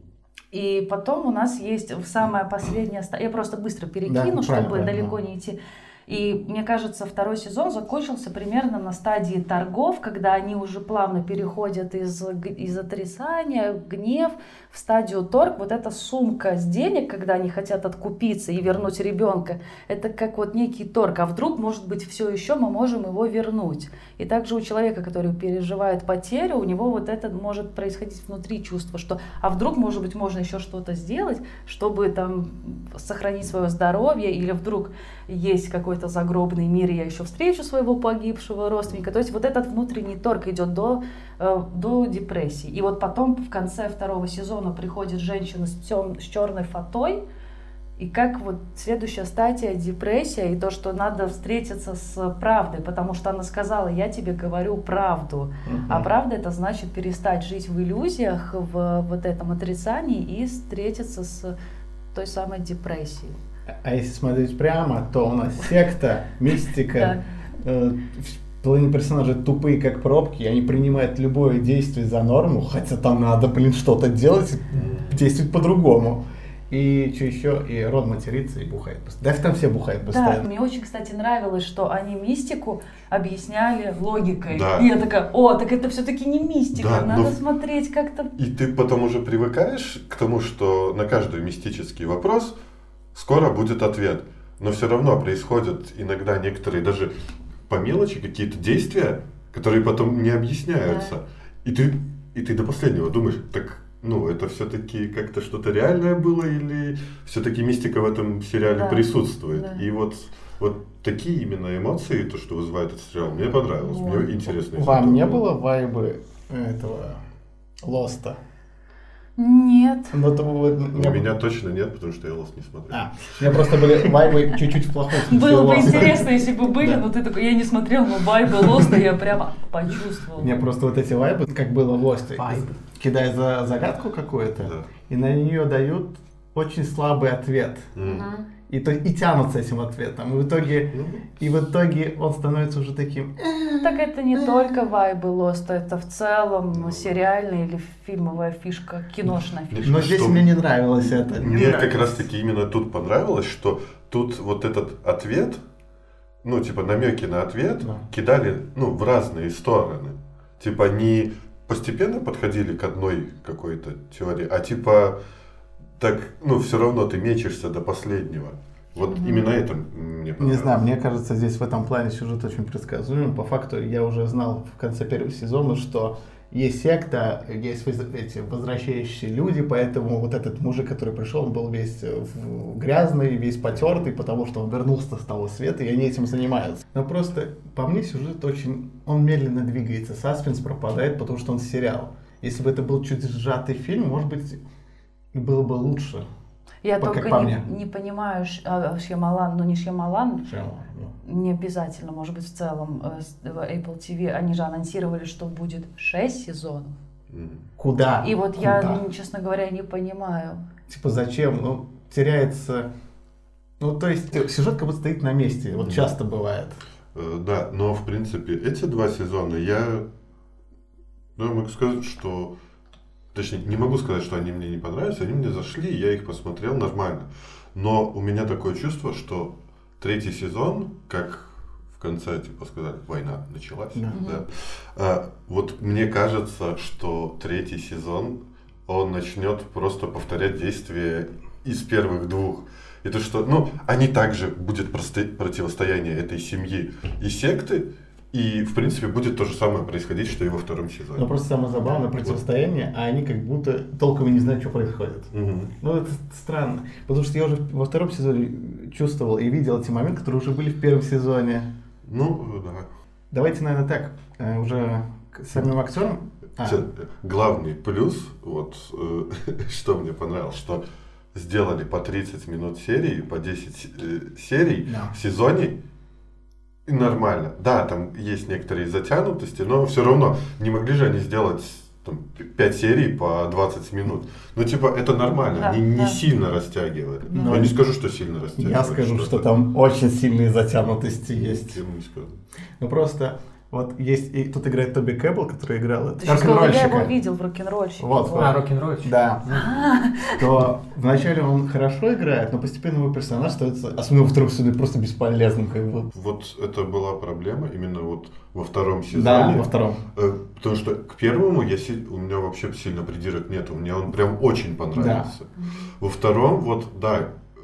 [SPEAKER 2] И потом у нас есть самая последняя... Я просто быстро перекину, чтобы далеко не идти. И мне кажется, второй сезон закончился примерно на стадии торгов, когда они уже плавно переходят из отрицания, гнев, в стадию торг. Вот эта сумка с денег, когда они хотят откупиться и вернуть ребенка, это как вот некий торг. А вдруг, может быть, все еще мы можем его вернуть. И также у человека, который переживает потерю, у него вот это может происходить внутри чувство, что а вдруг, может быть, можно еще что-то сделать, чтобы там сохранить свое здоровье, или вдруг есть какой-то загробный мир, я еще встречу своего погибшего родственника. То есть вот этот внутренний торг идет до депрессии. И вот потом в конце второго сезона приходит женщина с черной фатой, и как вот следующая стадия депрессия, и то, что надо встретиться с правдой, потому что она сказала: я тебе говорю правду. А правда — это значит перестать жить в иллюзиях, в вот этом отрицании и встретиться с той самой депрессией.
[SPEAKER 1] А если смотреть прямо, то у нас секта, мистика, половина персонажей тупые как пробки, они принимают любое действие за норму, хотя там надо, что-то делать, действовать по-другому. И что еще? И Рон матерится и бухает. Да, там все бухают постоянно.
[SPEAKER 2] Да, мне очень, кстати, нравилось, что они мистику объясняли логикой.
[SPEAKER 4] Да.
[SPEAKER 2] И я такая: так это все-таки не мистика, надо смотреть как-то.
[SPEAKER 4] И ты потом уже привыкаешь к тому, что на каждый мистический вопрос скоро будет ответ. Но все равно происходят иногда некоторые даже по мелочи какие-то действия, которые потом не объясняются. Да. И ты до последнего думаешь: так, это все-таки как-то что-то реальное было, или все-таки мистика в этом сериале присутствует? Да. И вот такие именно эмоции, то, что вызывает этот сериал, мне понравилось. Мне интересно.
[SPEAKER 1] Вам не было вайбы этого Лоста?
[SPEAKER 2] Нет.
[SPEAKER 4] У меня точно нет, потому что я Lost не смотрел.
[SPEAKER 1] У меня просто были вайбы чуть-чуть в плохом смысле.
[SPEAKER 2] Было бы интересно, если бы были, но ты такой: я не смотрел, но вайбы Lost я прямо почувствовал.
[SPEAKER 1] У меня просто вот эти вайбы, как было в Lost, кидая загадку какую-то, и на нее дают очень слабый ответ. И тянут с этим ответом. И в итоге он становится уже таким...
[SPEAKER 2] Так это не только вайбы Lost, это в целом сериальная или фильмовая фишка, киношная фишка.
[SPEAKER 1] Но здесь мне не нравилось это.
[SPEAKER 4] Мне как раз таки именно тут понравилось, что тут вот этот ответ, намеки на ответ кидали, в разные стороны. Не постепенно подходили к одной какой-то теории, а так, все равно ты мечешься до последнего. Вот именно это мне понравилось.
[SPEAKER 1] Не знаю, мне кажется, здесь в этом плане сюжет очень предсказуем. По факту я уже знал в конце первого сезона, что есть секта, есть эти возвращающиеся люди, поэтому вот этот мужик, который пришел, он был весь грязный, весь потертый, потому что он вернулся с того света, и они этим занимаются. Но просто, по мне, сюжет он медленно двигается, саспенс пропадает, потому что он сериал. Если бы это был чуть сжатый фильм, может быть, было бы лучше.
[SPEAKER 2] Я только не понимаю, Шьямалан, не Шьямалан, не обязательно, может быть, в целом Apple TV, они же анонсировали, что будет 6 сезонов.
[SPEAKER 1] Куда?
[SPEAKER 2] И вот я, честно говоря, не понимаю.
[SPEAKER 1] Зачем? Теряется... то есть сюжет как будто стоит на месте, часто бывает.
[SPEAKER 4] Да, но в принципе эти 2 сезона я могу сказать, что... Точнее, не могу сказать, что они мне не понравились, они мне зашли, я их посмотрел нормально. Но у меня такое чувство, что 3-й сезон, как в конце, сказали, война началась. Да. Вот мне кажется, что 3-й сезон, он начнет просто повторять действия из первых 2. Это что, они также будет противостояние этой семьи и секты, И, в принципе, будет то же самое происходить, что и во втором сезоне.
[SPEAKER 1] Но просто самое забавное противостояние, а они как будто толком и не знают, что происходит. Ну, это странно. Потому что я уже во втором сезоне чувствовал и видел эти моменты, которые уже были в первом сезоне.
[SPEAKER 4] Ну, да.
[SPEAKER 1] Давайте, наверное, так, уже к самим актерам.
[SPEAKER 4] Главный плюс, вот, что мне понравилось, что сделали по 30 минут серии, по 10 серий в сезоне. И нормально. Да, там есть некоторые затянутости, но все равно не могли же они сделать там, 5 серий по 20 минут. Ну, типа, это нормально.
[SPEAKER 2] Да,
[SPEAKER 4] они не сильно растягивали.
[SPEAKER 1] Но
[SPEAKER 4] я не скажу, что сильно растягивали.
[SPEAKER 1] Я скажу, что там очень сильные затянутости есть.
[SPEAKER 4] Я не скажу.
[SPEAKER 1] Ну, просто вот есть, и тут играет Тоби Кэббелл, который играл
[SPEAKER 2] Ты сейчас сказал, я его видел в рок-н-ролльщике.
[SPEAKER 1] Вот.
[SPEAKER 3] Рок-н-ролльщик.
[SPEAKER 1] Да. То вначале он хорошо играет, но постепенно его персонаж становится, особенно во втором сезоне, просто бесполезным, как бы.
[SPEAKER 4] Вот это была проблема именно вот во втором сезоне.
[SPEAKER 1] Да, во втором.
[SPEAKER 4] Потому что к первому у меня вообще сильно придирок нету. Мне он прям очень понравился.
[SPEAKER 1] Да.
[SPEAKER 4] Во втором, вот, да,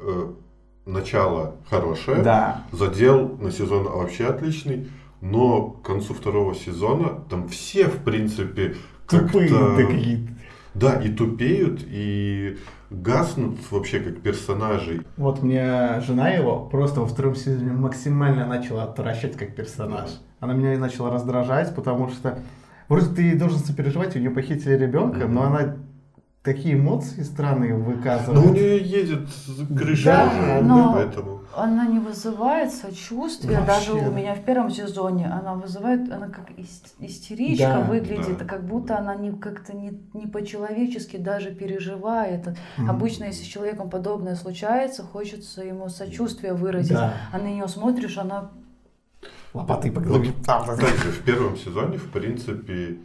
[SPEAKER 4] начало хорошее.
[SPEAKER 1] Да.
[SPEAKER 4] Задел на сезон вообще отличный. Но к концу второго сезона там все, в принципе,
[SPEAKER 1] Тупые
[SPEAKER 4] как-то...
[SPEAKER 1] такие.
[SPEAKER 4] Да, и тупеют, и гаснут вообще как персонажи.
[SPEAKER 1] Вот мне жена его просто во втором сезоне максимально начала отвращать как персонаж. Она меня начала раздражать, потому что вроде ты должен сопереживать, у нее похитили ребенка, но она такие эмоции странные выказывает.
[SPEAKER 4] Но у нее едет крыша,
[SPEAKER 2] Да,
[SPEAKER 4] уже,
[SPEAKER 2] но
[SPEAKER 4] поэтому...
[SPEAKER 2] она не вызывает сочувствия.
[SPEAKER 1] Вообще.
[SPEAKER 2] Даже у меня в первом сезоне она как истеричка
[SPEAKER 1] Да,
[SPEAKER 2] выглядит,
[SPEAKER 4] да.
[SPEAKER 2] как будто она как-то не по-человечески даже переживает. Обычно, если с человеком подобное случается, хочется ему сочувствие выразить.
[SPEAKER 1] Да.
[SPEAKER 2] А на нее смотришь, она...
[SPEAKER 1] Лопатой по
[SPEAKER 4] Вот,
[SPEAKER 1] голове.
[SPEAKER 4] кстати, в первом сезоне, в принципе,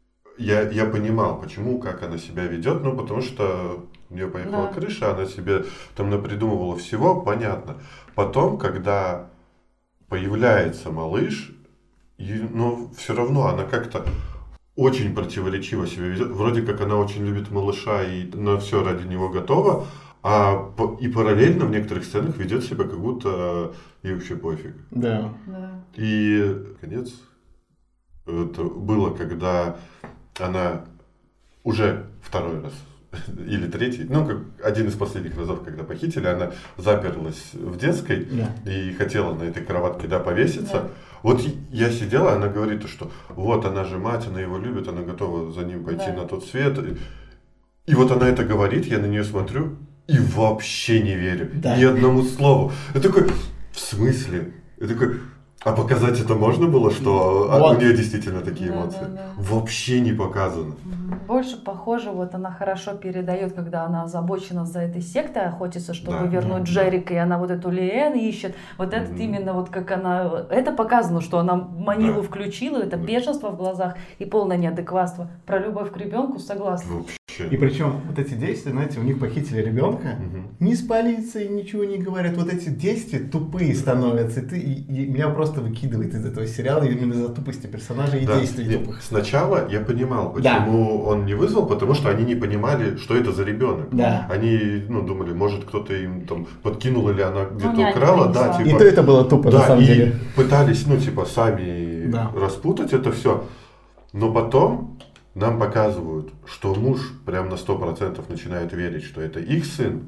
[SPEAKER 4] я понимал, почему, как она себя ведет, ну, потому что у нее поехала
[SPEAKER 2] Да.
[SPEAKER 4] крыша, она себе там напридумывала всего, понятно. Потом, когда появляется малыш, но все равно она как-то очень противоречиво себя ведет. Вроде как она очень любит малыша и на все ради него готова, и параллельно в некоторых сценах ведет себя, как будто ей вообще пофиг.
[SPEAKER 1] Да.
[SPEAKER 2] Да.
[SPEAKER 4] И конец это было, когда она уже второй раз или третий, ну, как один из последних разов, когда похитили, она заперлась в детской и хотела на этой кроватке, да, повеситься.
[SPEAKER 2] Да.
[SPEAKER 4] Вот я сидела, она говорит, что вот она же мать, она его любит, она готова за ним пойти
[SPEAKER 2] Да.
[SPEAKER 4] на тот свет. И вот она это говорит, я на нее смотрю и вообще не верю ни одному слову. Я такой, в смысле? Я такой, а показать это можно было, что
[SPEAKER 1] Вот.
[SPEAKER 4] у нее действительно такие эмоции?
[SPEAKER 2] Да.
[SPEAKER 4] Вообще не показано.
[SPEAKER 2] Больше похоже, вот она хорошо передает, когда она озабочена за этой сектой, охотится, чтобы
[SPEAKER 4] Да,
[SPEAKER 2] вернуть
[SPEAKER 4] да,
[SPEAKER 2] Джерика, и она вот эту Лиэн ищет. Вот этот именно вот как она... Это показано, что она Манилу включила, это бешенство в глазах и полное неадекватство. Про любовь к ребенку согласна.
[SPEAKER 4] Вообще.
[SPEAKER 1] И причем вот эти действия, знаете, у них похитили ребенка, ни с полицией ничего не говорят, вот эти действия тупые становятся, и меня просто выкидывает из этого сериала именно из-за тупости персонажей и
[SPEAKER 4] Да.
[SPEAKER 1] действий
[SPEAKER 4] Нет,
[SPEAKER 1] тупых.
[SPEAKER 4] сначала я понимал, почему он не вызвал, потому что они не понимали, что это за ребенок.
[SPEAKER 1] Да.
[SPEAKER 4] Они думали, может кто-то им там подкинул или она где-то
[SPEAKER 2] няня
[SPEAKER 4] украла, да,
[SPEAKER 2] принесла.
[SPEAKER 1] И
[SPEAKER 4] типа.
[SPEAKER 1] то это было тупо, на
[SPEAKER 4] Да,
[SPEAKER 1] самом
[SPEAKER 4] и
[SPEAKER 1] деле.
[SPEAKER 4] пытались, сами
[SPEAKER 1] Да.
[SPEAKER 4] распутать это все. Но потом нам показывают, что муж прям на 100% начинает верить, что это их сын.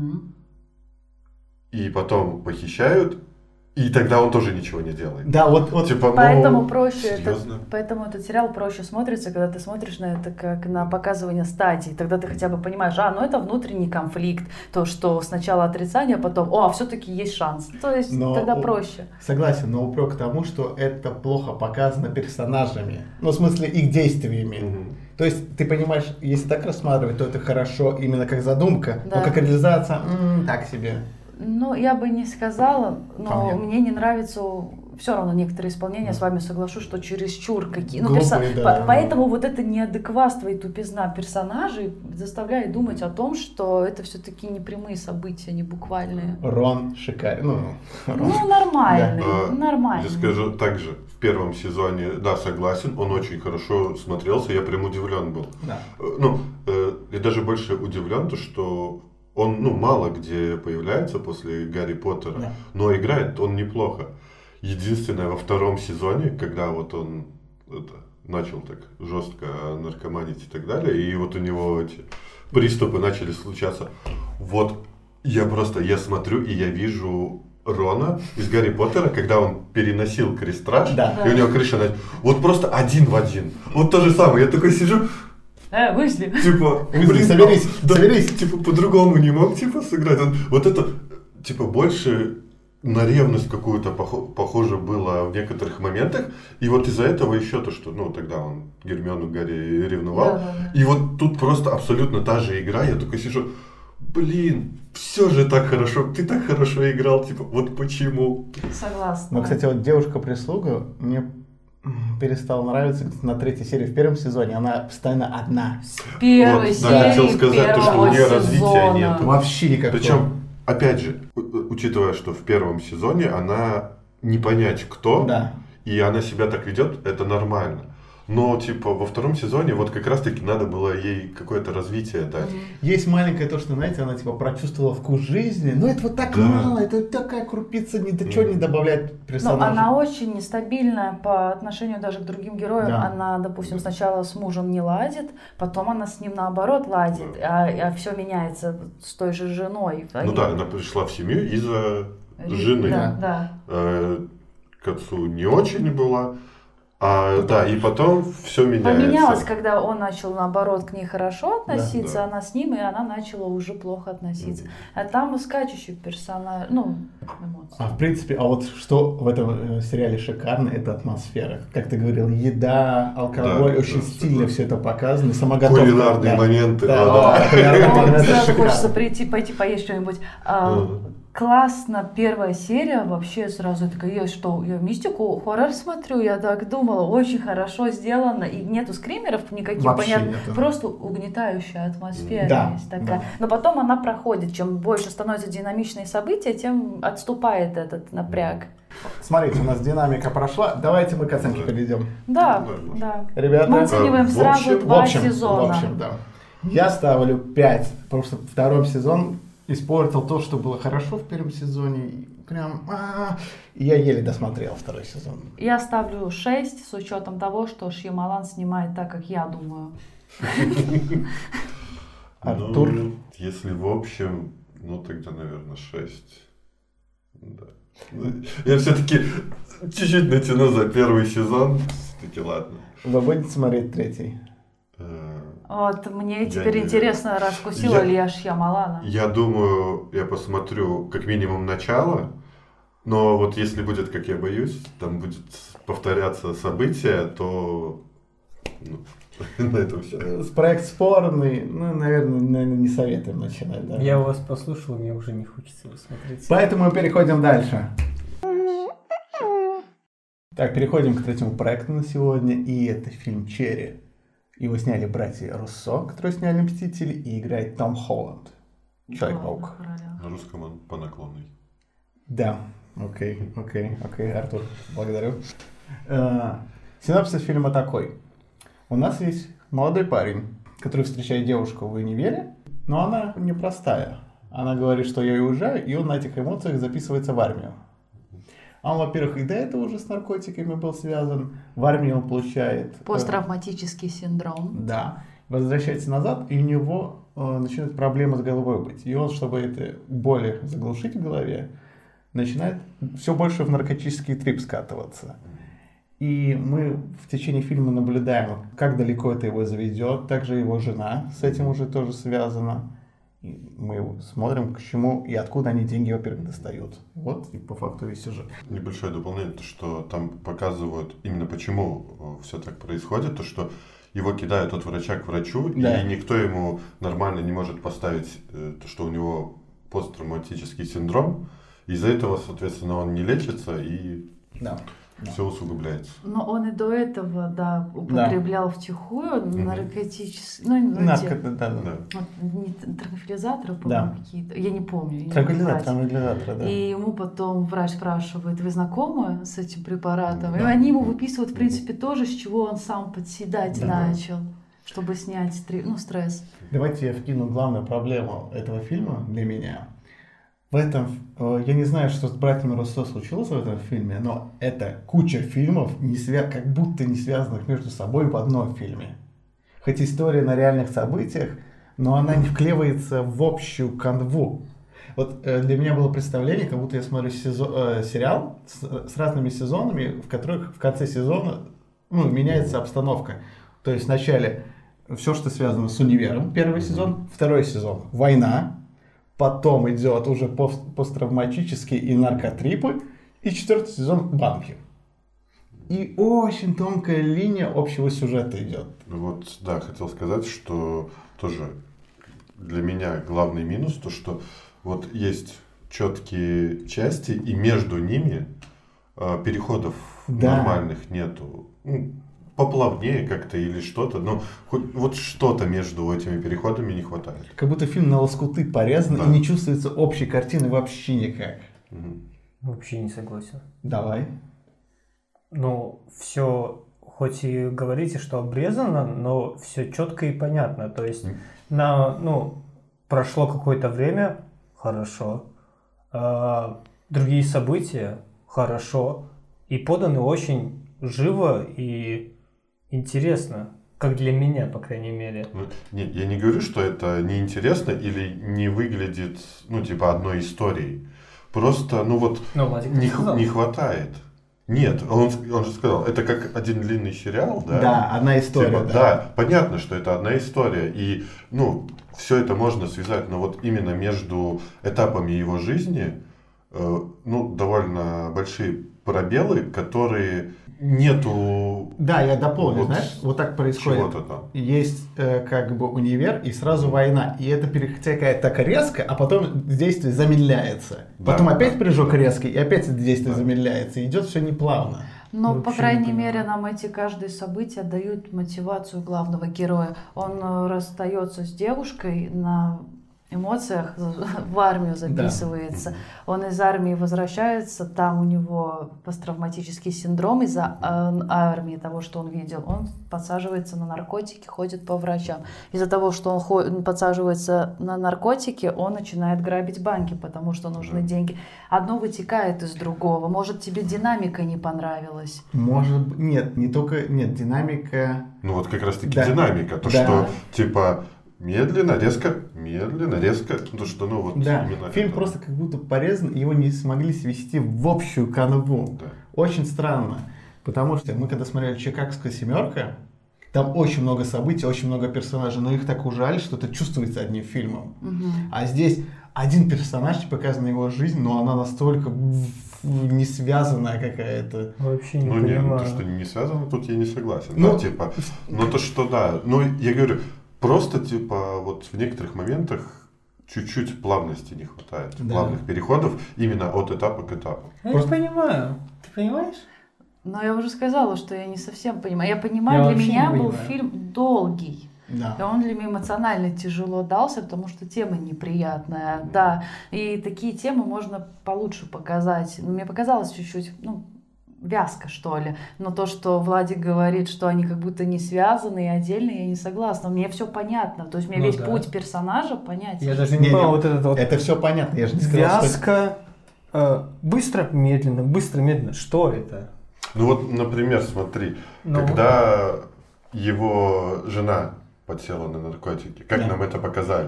[SPEAKER 4] И потом похищают, и тогда он тоже ничего не делает.
[SPEAKER 1] Да, вот
[SPEAKER 4] Типа,
[SPEAKER 2] Поэтому проще,
[SPEAKER 4] серьезно?
[SPEAKER 2] поэтому этот сериал проще смотрится, когда ты смотришь на это как на показывание стадий. Тогда ты хотя бы понимаешь, это внутренний конфликт, то, что сначала отрицание, а потом, все-таки есть шанс. То есть тогда проще.
[SPEAKER 1] Согласен, но упрек к тому, что это плохо показано персонажами. Ну, в смысле, их действиями. То есть, ты понимаешь, если так рассматривать, то это хорошо именно как задумка,
[SPEAKER 2] Да.
[SPEAKER 1] но как реализация, так себе.
[SPEAKER 2] Ну, я бы не сказала, но
[SPEAKER 1] Вполне.
[SPEAKER 2] мне не нравится все равно некоторые исполнения, с вами соглашусь, что чересчур какие.
[SPEAKER 1] Глупые, да.
[SPEAKER 2] Поэтому вот это неадекватство и тупизна персонажей заставляет думать о том, что это все-таки не прямые события, не буквальные.
[SPEAKER 1] Рон шикарный.
[SPEAKER 2] Ну, нормальный,
[SPEAKER 4] Да.
[SPEAKER 2] нормальный.
[SPEAKER 4] Я скажу так же, в первом сезоне, да, согласен, он очень хорошо смотрелся, я прям удивлен был.
[SPEAKER 1] Да.
[SPEAKER 4] Я даже больше удивлен, то, что он, мало где появляется после Гарри Поттера,
[SPEAKER 1] Да.
[SPEAKER 4] но играет он неплохо. Единственное, во втором сезоне, когда вот он начал так жестко наркоманить и так далее, и вот у него эти приступы начали случаться, вот я смотрю, и я вижу Рона из Гарри Поттера, когда он переносил крестраж, и у него крыша, вот просто один в один. Вот то же самое, я такой сижу,
[SPEAKER 2] Уизли.
[SPEAKER 4] Типа, соберись, типа, по-другому не мог, типа, сыграть. Вот это, типа, больше на ревность какую-то похоже было в некоторых моментах. И вот из-за этого еще то, что, тогда он Гермиону Гарри ревновал. И вот тут просто абсолютно та же игра. Я такой сижу, блин, все же так хорошо, ты так хорошо играл, типа, вот почему?
[SPEAKER 2] Согласна.
[SPEAKER 1] Ну, кстати, вот девушка-прислуга мне перестала нравиться на 3-й серии. В первом сезоне она постоянно одна.
[SPEAKER 2] С первой
[SPEAKER 4] вот,
[SPEAKER 2] серии
[SPEAKER 4] да, хотел сказать, что у нее развития нет.
[SPEAKER 1] Вообще никакого.
[SPEAKER 4] Причем, опять же, учитывая, что в первом сезоне она не понять кто, и она себя так ведет, это нормально. Но, типа, во втором сезоне вот как раз-таки надо было ей какое-то развитие дать.
[SPEAKER 1] Есть маленькое то, что, знаете, она, типа, прочувствовала вкус жизни, но это вот так мало, это такая крупица, ни до чего не добавляет персонажа.
[SPEAKER 2] Но она очень нестабильная по отношению даже к другим героям. Да. Она, допустим, сначала с мужем не ладит, потом она с ним наоборот ладит, а все меняется с той же женой.
[SPEAKER 4] Ну да, она пришла в семью из-за жены. К отцу не очень была. Да, и потом все меняется.
[SPEAKER 2] Поменялось, когда он начал, наоборот, к ней хорошо относиться, она с ним, и она начала уже плохо относиться. А там скачущий персонаж, эмоции.
[SPEAKER 1] В принципе, вот что в этом сериале шикарно, это атмосфера. Как ты говорил, еда, алкоголь, очень стильно все это показано. Самоготовка.
[SPEAKER 4] Кулинарные моменты.
[SPEAKER 2] Сразу хочется пойти поесть что-нибудь. Классно, первая серия, вообще сразу такая, я мистику, хоррор смотрю, я так думала, очень хорошо сделано, и нету скримеров никаких, вообще понятно, нету. Просто угнетающая атмосфера есть такая. Да. Но потом она проходит, чем больше становятся динамичные события, тем отступает этот напряг.
[SPEAKER 1] Смотрите, у нас динамика прошла, давайте мы к оценке перейдем.
[SPEAKER 2] Да.
[SPEAKER 1] Ребята,
[SPEAKER 2] мы оцениваем сразу 2 сезона.
[SPEAKER 1] В общем, да. Я ставлю 5, потому что второй сезон испортил то, что было хорошо в первом сезоне. Прям, я еле досмотрел второй сезон.
[SPEAKER 2] Я ставлю 6 с учетом того, что Шьямалан снимает так, как я думаю.
[SPEAKER 1] Артур?
[SPEAKER 4] Если в общем, тогда, наверное, 6. Да. Я все-таки чуть-чуть натяну за первый сезон. Все-таки ладно.
[SPEAKER 1] Вы будете смотреть 3-й?
[SPEAKER 2] Вот, мне теперь интересно, раскусила ли я Шьямалана.
[SPEAKER 4] Я думаю, я посмотрю как минимум начало, но вот если будет, как я боюсь, там будет повторяться события, то на этом все.
[SPEAKER 1] Проект спорный, наверное, не советуем начинать. Да?
[SPEAKER 3] Я вас послушал, мне уже не хочется его смотреть.
[SPEAKER 1] Поэтому мы переходим дальше. Так, переходим к 3-му проекту на сегодня, и это фильм «Черри». Его сняли братья Руссо, которые сняли «Мстители», и играет Том Холланд. Человек-паук.
[SPEAKER 4] На русском он по наклонной.
[SPEAKER 1] Да, окей, Артур, благодарю. Синопсис фильма такой. У нас есть молодой парень, который встречает девушку в универе, но она непростая. Она говорит, что я уезжаю, и он на этих эмоциях записывается в армию. Он, во-первых, и до этого уже с наркотиками был связан. В армии он получает...
[SPEAKER 2] Посттравматический синдром.
[SPEAKER 1] Да. Возвращается назад, и у него начинают проблемы с головой быть. И он, чтобы это боли заглушить в голове, начинает все больше в наркотический трип скатываться. И мы в течение фильма наблюдаем, как далеко это его заведет. Также его жена с этим уже тоже связана. И мы смотрим, к чему и откуда они деньги, во-первых, достают. Вот, и по факту весь сюжет.
[SPEAKER 4] Небольшое дополнение, то, что там показывают именно почему все так происходит, то, что его кидают от врача к врачу, и никто ему нормально не может поставить то, что у него посттравматический синдром. Из-за этого, соответственно, он не лечится и все усугубляется.
[SPEAKER 2] Но он и до этого, употреблял втихую наркотические, транквилизаторы, по-моему, какие-то, я не помню.
[SPEAKER 1] Транквилизаторы, да.
[SPEAKER 2] И ему потом врач спрашивает, вы знакомы с этим препаратом? И они ему выписывают, в принципе, тоже, с чего он сам подседать начал, чтобы снять стресс.
[SPEAKER 1] Давайте я вкину главную проблему этого фильма для меня. в этом, я не знаю, что с братьями Руссо случилось в этом фильме, но это куча фильмов, как будто не связанных между собой в одном фильме. Хоть история на реальных событиях, но она не вклеивается в общую канву. Вот для меня было представление, как будто я смотрю сериал с разными сезонами, в которых в конце сезона меняется обстановка. То есть вначале все, что связано с универом, первый сезон, второй сезон война, потом идет уже посттравматические и наркотрипы, и четвертый сезон банки. И очень тонкая линия общего сюжета идет.
[SPEAKER 4] Вот, да, хотел сказать, что тоже для меня главный минус, то что вот есть четкие части, и между ними переходов нормальных нету. Поплавнее как-то или что-то, но вот что-то между этими переходами не хватает.
[SPEAKER 1] Как будто фильм на лоскуты порезан, и не чувствуется общей картины вообще никак.
[SPEAKER 3] Вообще не согласен.
[SPEAKER 1] Давай.
[SPEAKER 3] Все, хоть и говорите, что обрезано, но все четко и понятно. То есть, прошло какое-то время, хорошо. Другие события, хорошо. И поданы очень живо и интересно, как для меня, по крайней мере.
[SPEAKER 4] Нет, я не говорю, что это неинтересно или не выглядит, одной историей. Просто, не хватает. Нет, он же сказал, это как один длинный сериал, да?
[SPEAKER 1] Да, одна история,
[SPEAKER 4] да. Понятно, что это одна история, и, все это можно связать, но вот именно между этапами его жизни, довольно большие пробелы, которые нету...
[SPEAKER 1] Да, я дополню, знаешь, вот так происходит.
[SPEAKER 4] Чего-то там.
[SPEAKER 1] Есть универ и сразу война, и это перетекает так резко, а потом действие замедляется. Потом опять прыжок резкий, и опять это действие замедляется, и идет все неплавно.
[SPEAKER 2] Но, по крайней мере, нам каждое событие дают мотивацию главного героя. Он расстается с девушкой на эмоциях, в армию записывается. Да. Он из армии возвращается, там у него посттравматический синдром из-за армии, того, что он видел. Он подсаживается на наркотики, ходит по врачам. Из-за того, что он подсаживается на наркотики, он начинает грабить банки, потому что нужны деньги. Одно вытекает из другого. Может, тебе динамика не понравилась?
[SPEAKER 1] Может, нет, не только, динамика...
[SPEAKER 4] как раз таки динамика, то, что, медленно, резко, то что,
[SPEAKER 1] именно фильм это. Просто как будто порезан, его не смогли свести в общую канву. Да. Очень странно, потому что мы когда смотрели «Чикагская семерка», там очень много событий, очень много персонажей, но их так ужали, что это чувствуется одним фильмом. А здесь один персонаж, показана его жизнь, но она настолько не связанная какая-то.
[SPEAKER 3] Вообще не понимаю.
[SPEAKER 4] То, что не связано, тут я не согласен. То, что я говорю, просто, вот в некоторых моментах чуть-чуть плавности не хватает, плавных переходов именно от этапа к этапу.
[SPEAKER 3] Я не понимаю. Ты понимаешь?
[SPEAKER 2] Но я уже сказала, что я не совсем понимаю. Я понимаю, для меня был фильм долгий.
[SPEAKER 1] Да.
[SPEAKER 2] И он для меня эмоционально тяжело дался, потому что тема неприятная. Да. И такие темы можно получше показать. Мне показалось чуть-чуть, вязко, что ли. Но то, что Владик говорит, что они как будто не связаны и отдельные, я не согласна. Мне все понятно. То есть мне весь путь персонажа понятен.
[SPEAKER 3] Я даже не понял вот этот вот...
[SPEAKER 1] Это все понятно. Я же не сказал,
[SPEAKER 3] вязко, быстро, медленно. Что это?
[SPEAKER 4] Например, смотри. Когда его жена подсела на наркотики, как нам это показали?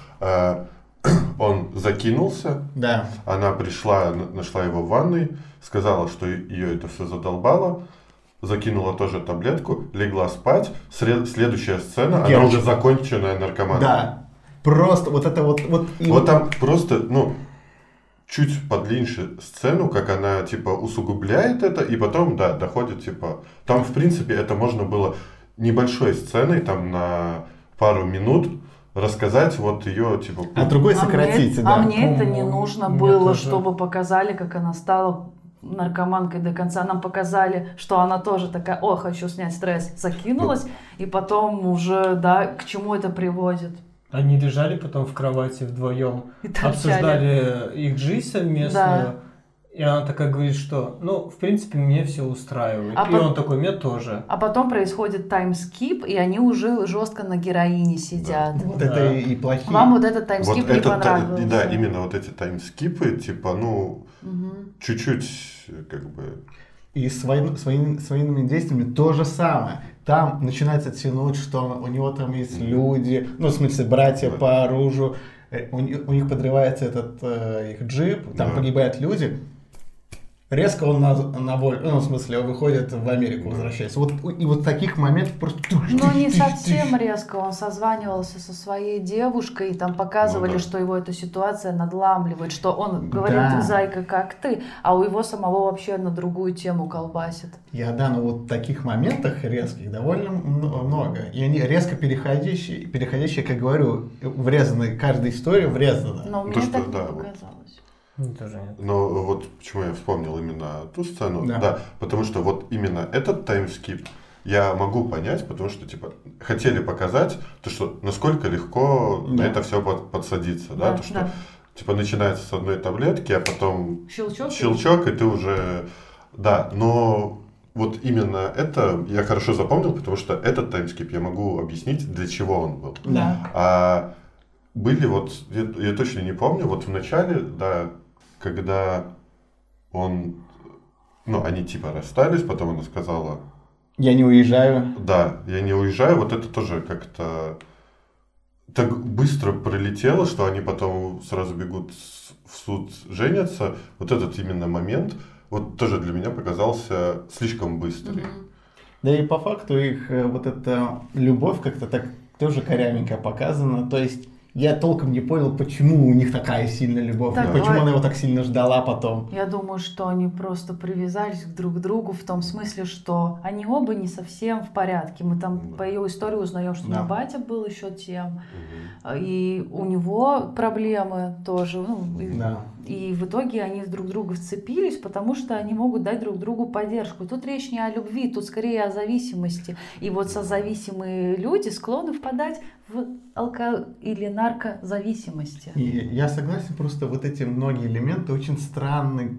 [SPEAKER 4] Он закинулся, она пришла, нашла его в ванной, сказала, что ее это все задолбало, закинула тоже таблетку, легла спать. Следующая сцена, она уже законченная наркоманка.
[SPEAKER 1] Да, просто вот это вот...
[SPEAKER 4] Вот там просто, чуть подлиннее сцену, как она, усугубляет это, и потом, доходит, Там, в принципе, это можно было небольшой сценой, там, на пару минут рассказать ее,
[SPEAKER 1] А другой сократить,
[SPEAKER 2] мне это не нужно было, чтобы показали, как она стала наркоманкой до конца. Нам показали, что она тоже такая, хочу снять стресс, закинулась, и потом уже, к чему это приводит.
[SPEAKER 3] Они лежали потом в кровати вдвоем, обсуждали их жизнь совместную, И она такая говорит, что, ну, в принципе, мне все устраивает.
[SPEAKER 2] А
[SPEAKER 3] И он такой, мне тоже.
[SPEAKER 2] А потом происходит таймскип, и они уже жестко на героине сидят.
[SPEAKER 1] Вот это и плохие.
[SPEAKER 2] Вам вот этот таймскип
[SPEAKER 4] Вот
[SPEAKER 2] не
[SPEAKER 4] это,
[SPEAKER 2] понравился?
[SPEAKER 4] да, именно вот эти таймскипы, типа, ну, чуть-чуть, как бы...
[SPEAKER 1] И с военными действиями то же самое. Там начинается тянуть, что у него там есть люди, ну, в смысле, братья по оружию. У них подрывается этот их джип, там погибают люди. Резко он на волю, ну, в смысле, выходит в Америку, возвращается. И вот таких моментов просто...
[SPEAKER 2] Ну, не совсем резко. Он созванивался со своей девушкой, и там показывали, что его эта ситуация надламливает, что он говорит, зайка, как ты, а у его самого вообще на другую тему колбасит.
[SPEAKER 1] Но вот в таких моментах резких довольно много. И они резко переходящие, как говорю, врезаны, каждая история врезана.
[SPEAKER 2] Но мне так не показалось.
[SPEAKER 3] Тоже нет.
[SPEAKER 4] Но вот почему я вспомнил именно ту сцену, да, потому что вот именно этот таймскип я могу понять, потому что, типа, хотели показать то, что насколько легко на это все подсадиться, да, то, что, типа, начинается с одной таблетки, а потом щелчок, и ты уже, да, но вот именно это я хорошо запомнил, потому что этот таймскип я могу объяснить, для чего он был. А были вот, я точно не помню, вот в начале, да, когда он, ну, они типа расстались, потом она сказала...
[SPEAKER 1] Я не уезжаю.
[SPEAKER 4] Да, я не уезжаю, вот это тоже как-то так быстро пролетело, что они потом сразу бегут в суд, женятся. Вот этот именно момент, вот тоже для меня показался слишком быстрый.
[SPEAKER 1] Да и по факту их вот эта любовь как-то так тоже корявенько показана, то есть... Я толком не понял, почему у них такая сильная любовь, почему она его так сильно ждала потом.
[SPEAKER 2] Я думаю, что они просто привязались друг к другу в том смысле, что они оба не совсем в порядке. Мы там по ее истории узнаем, что у него батя был еще тем, и у него проблемы тоже. И в итоге они друг к другу вцепились, потому что они могут дать друг другу поддержку. Тут речь не о любви, тут скорее о зависимости. И вот созависимые люди склонны впадать в или наркозависимости.
[SPEAKER 1] И я согласен, просто вот эти многие элементы очень странные,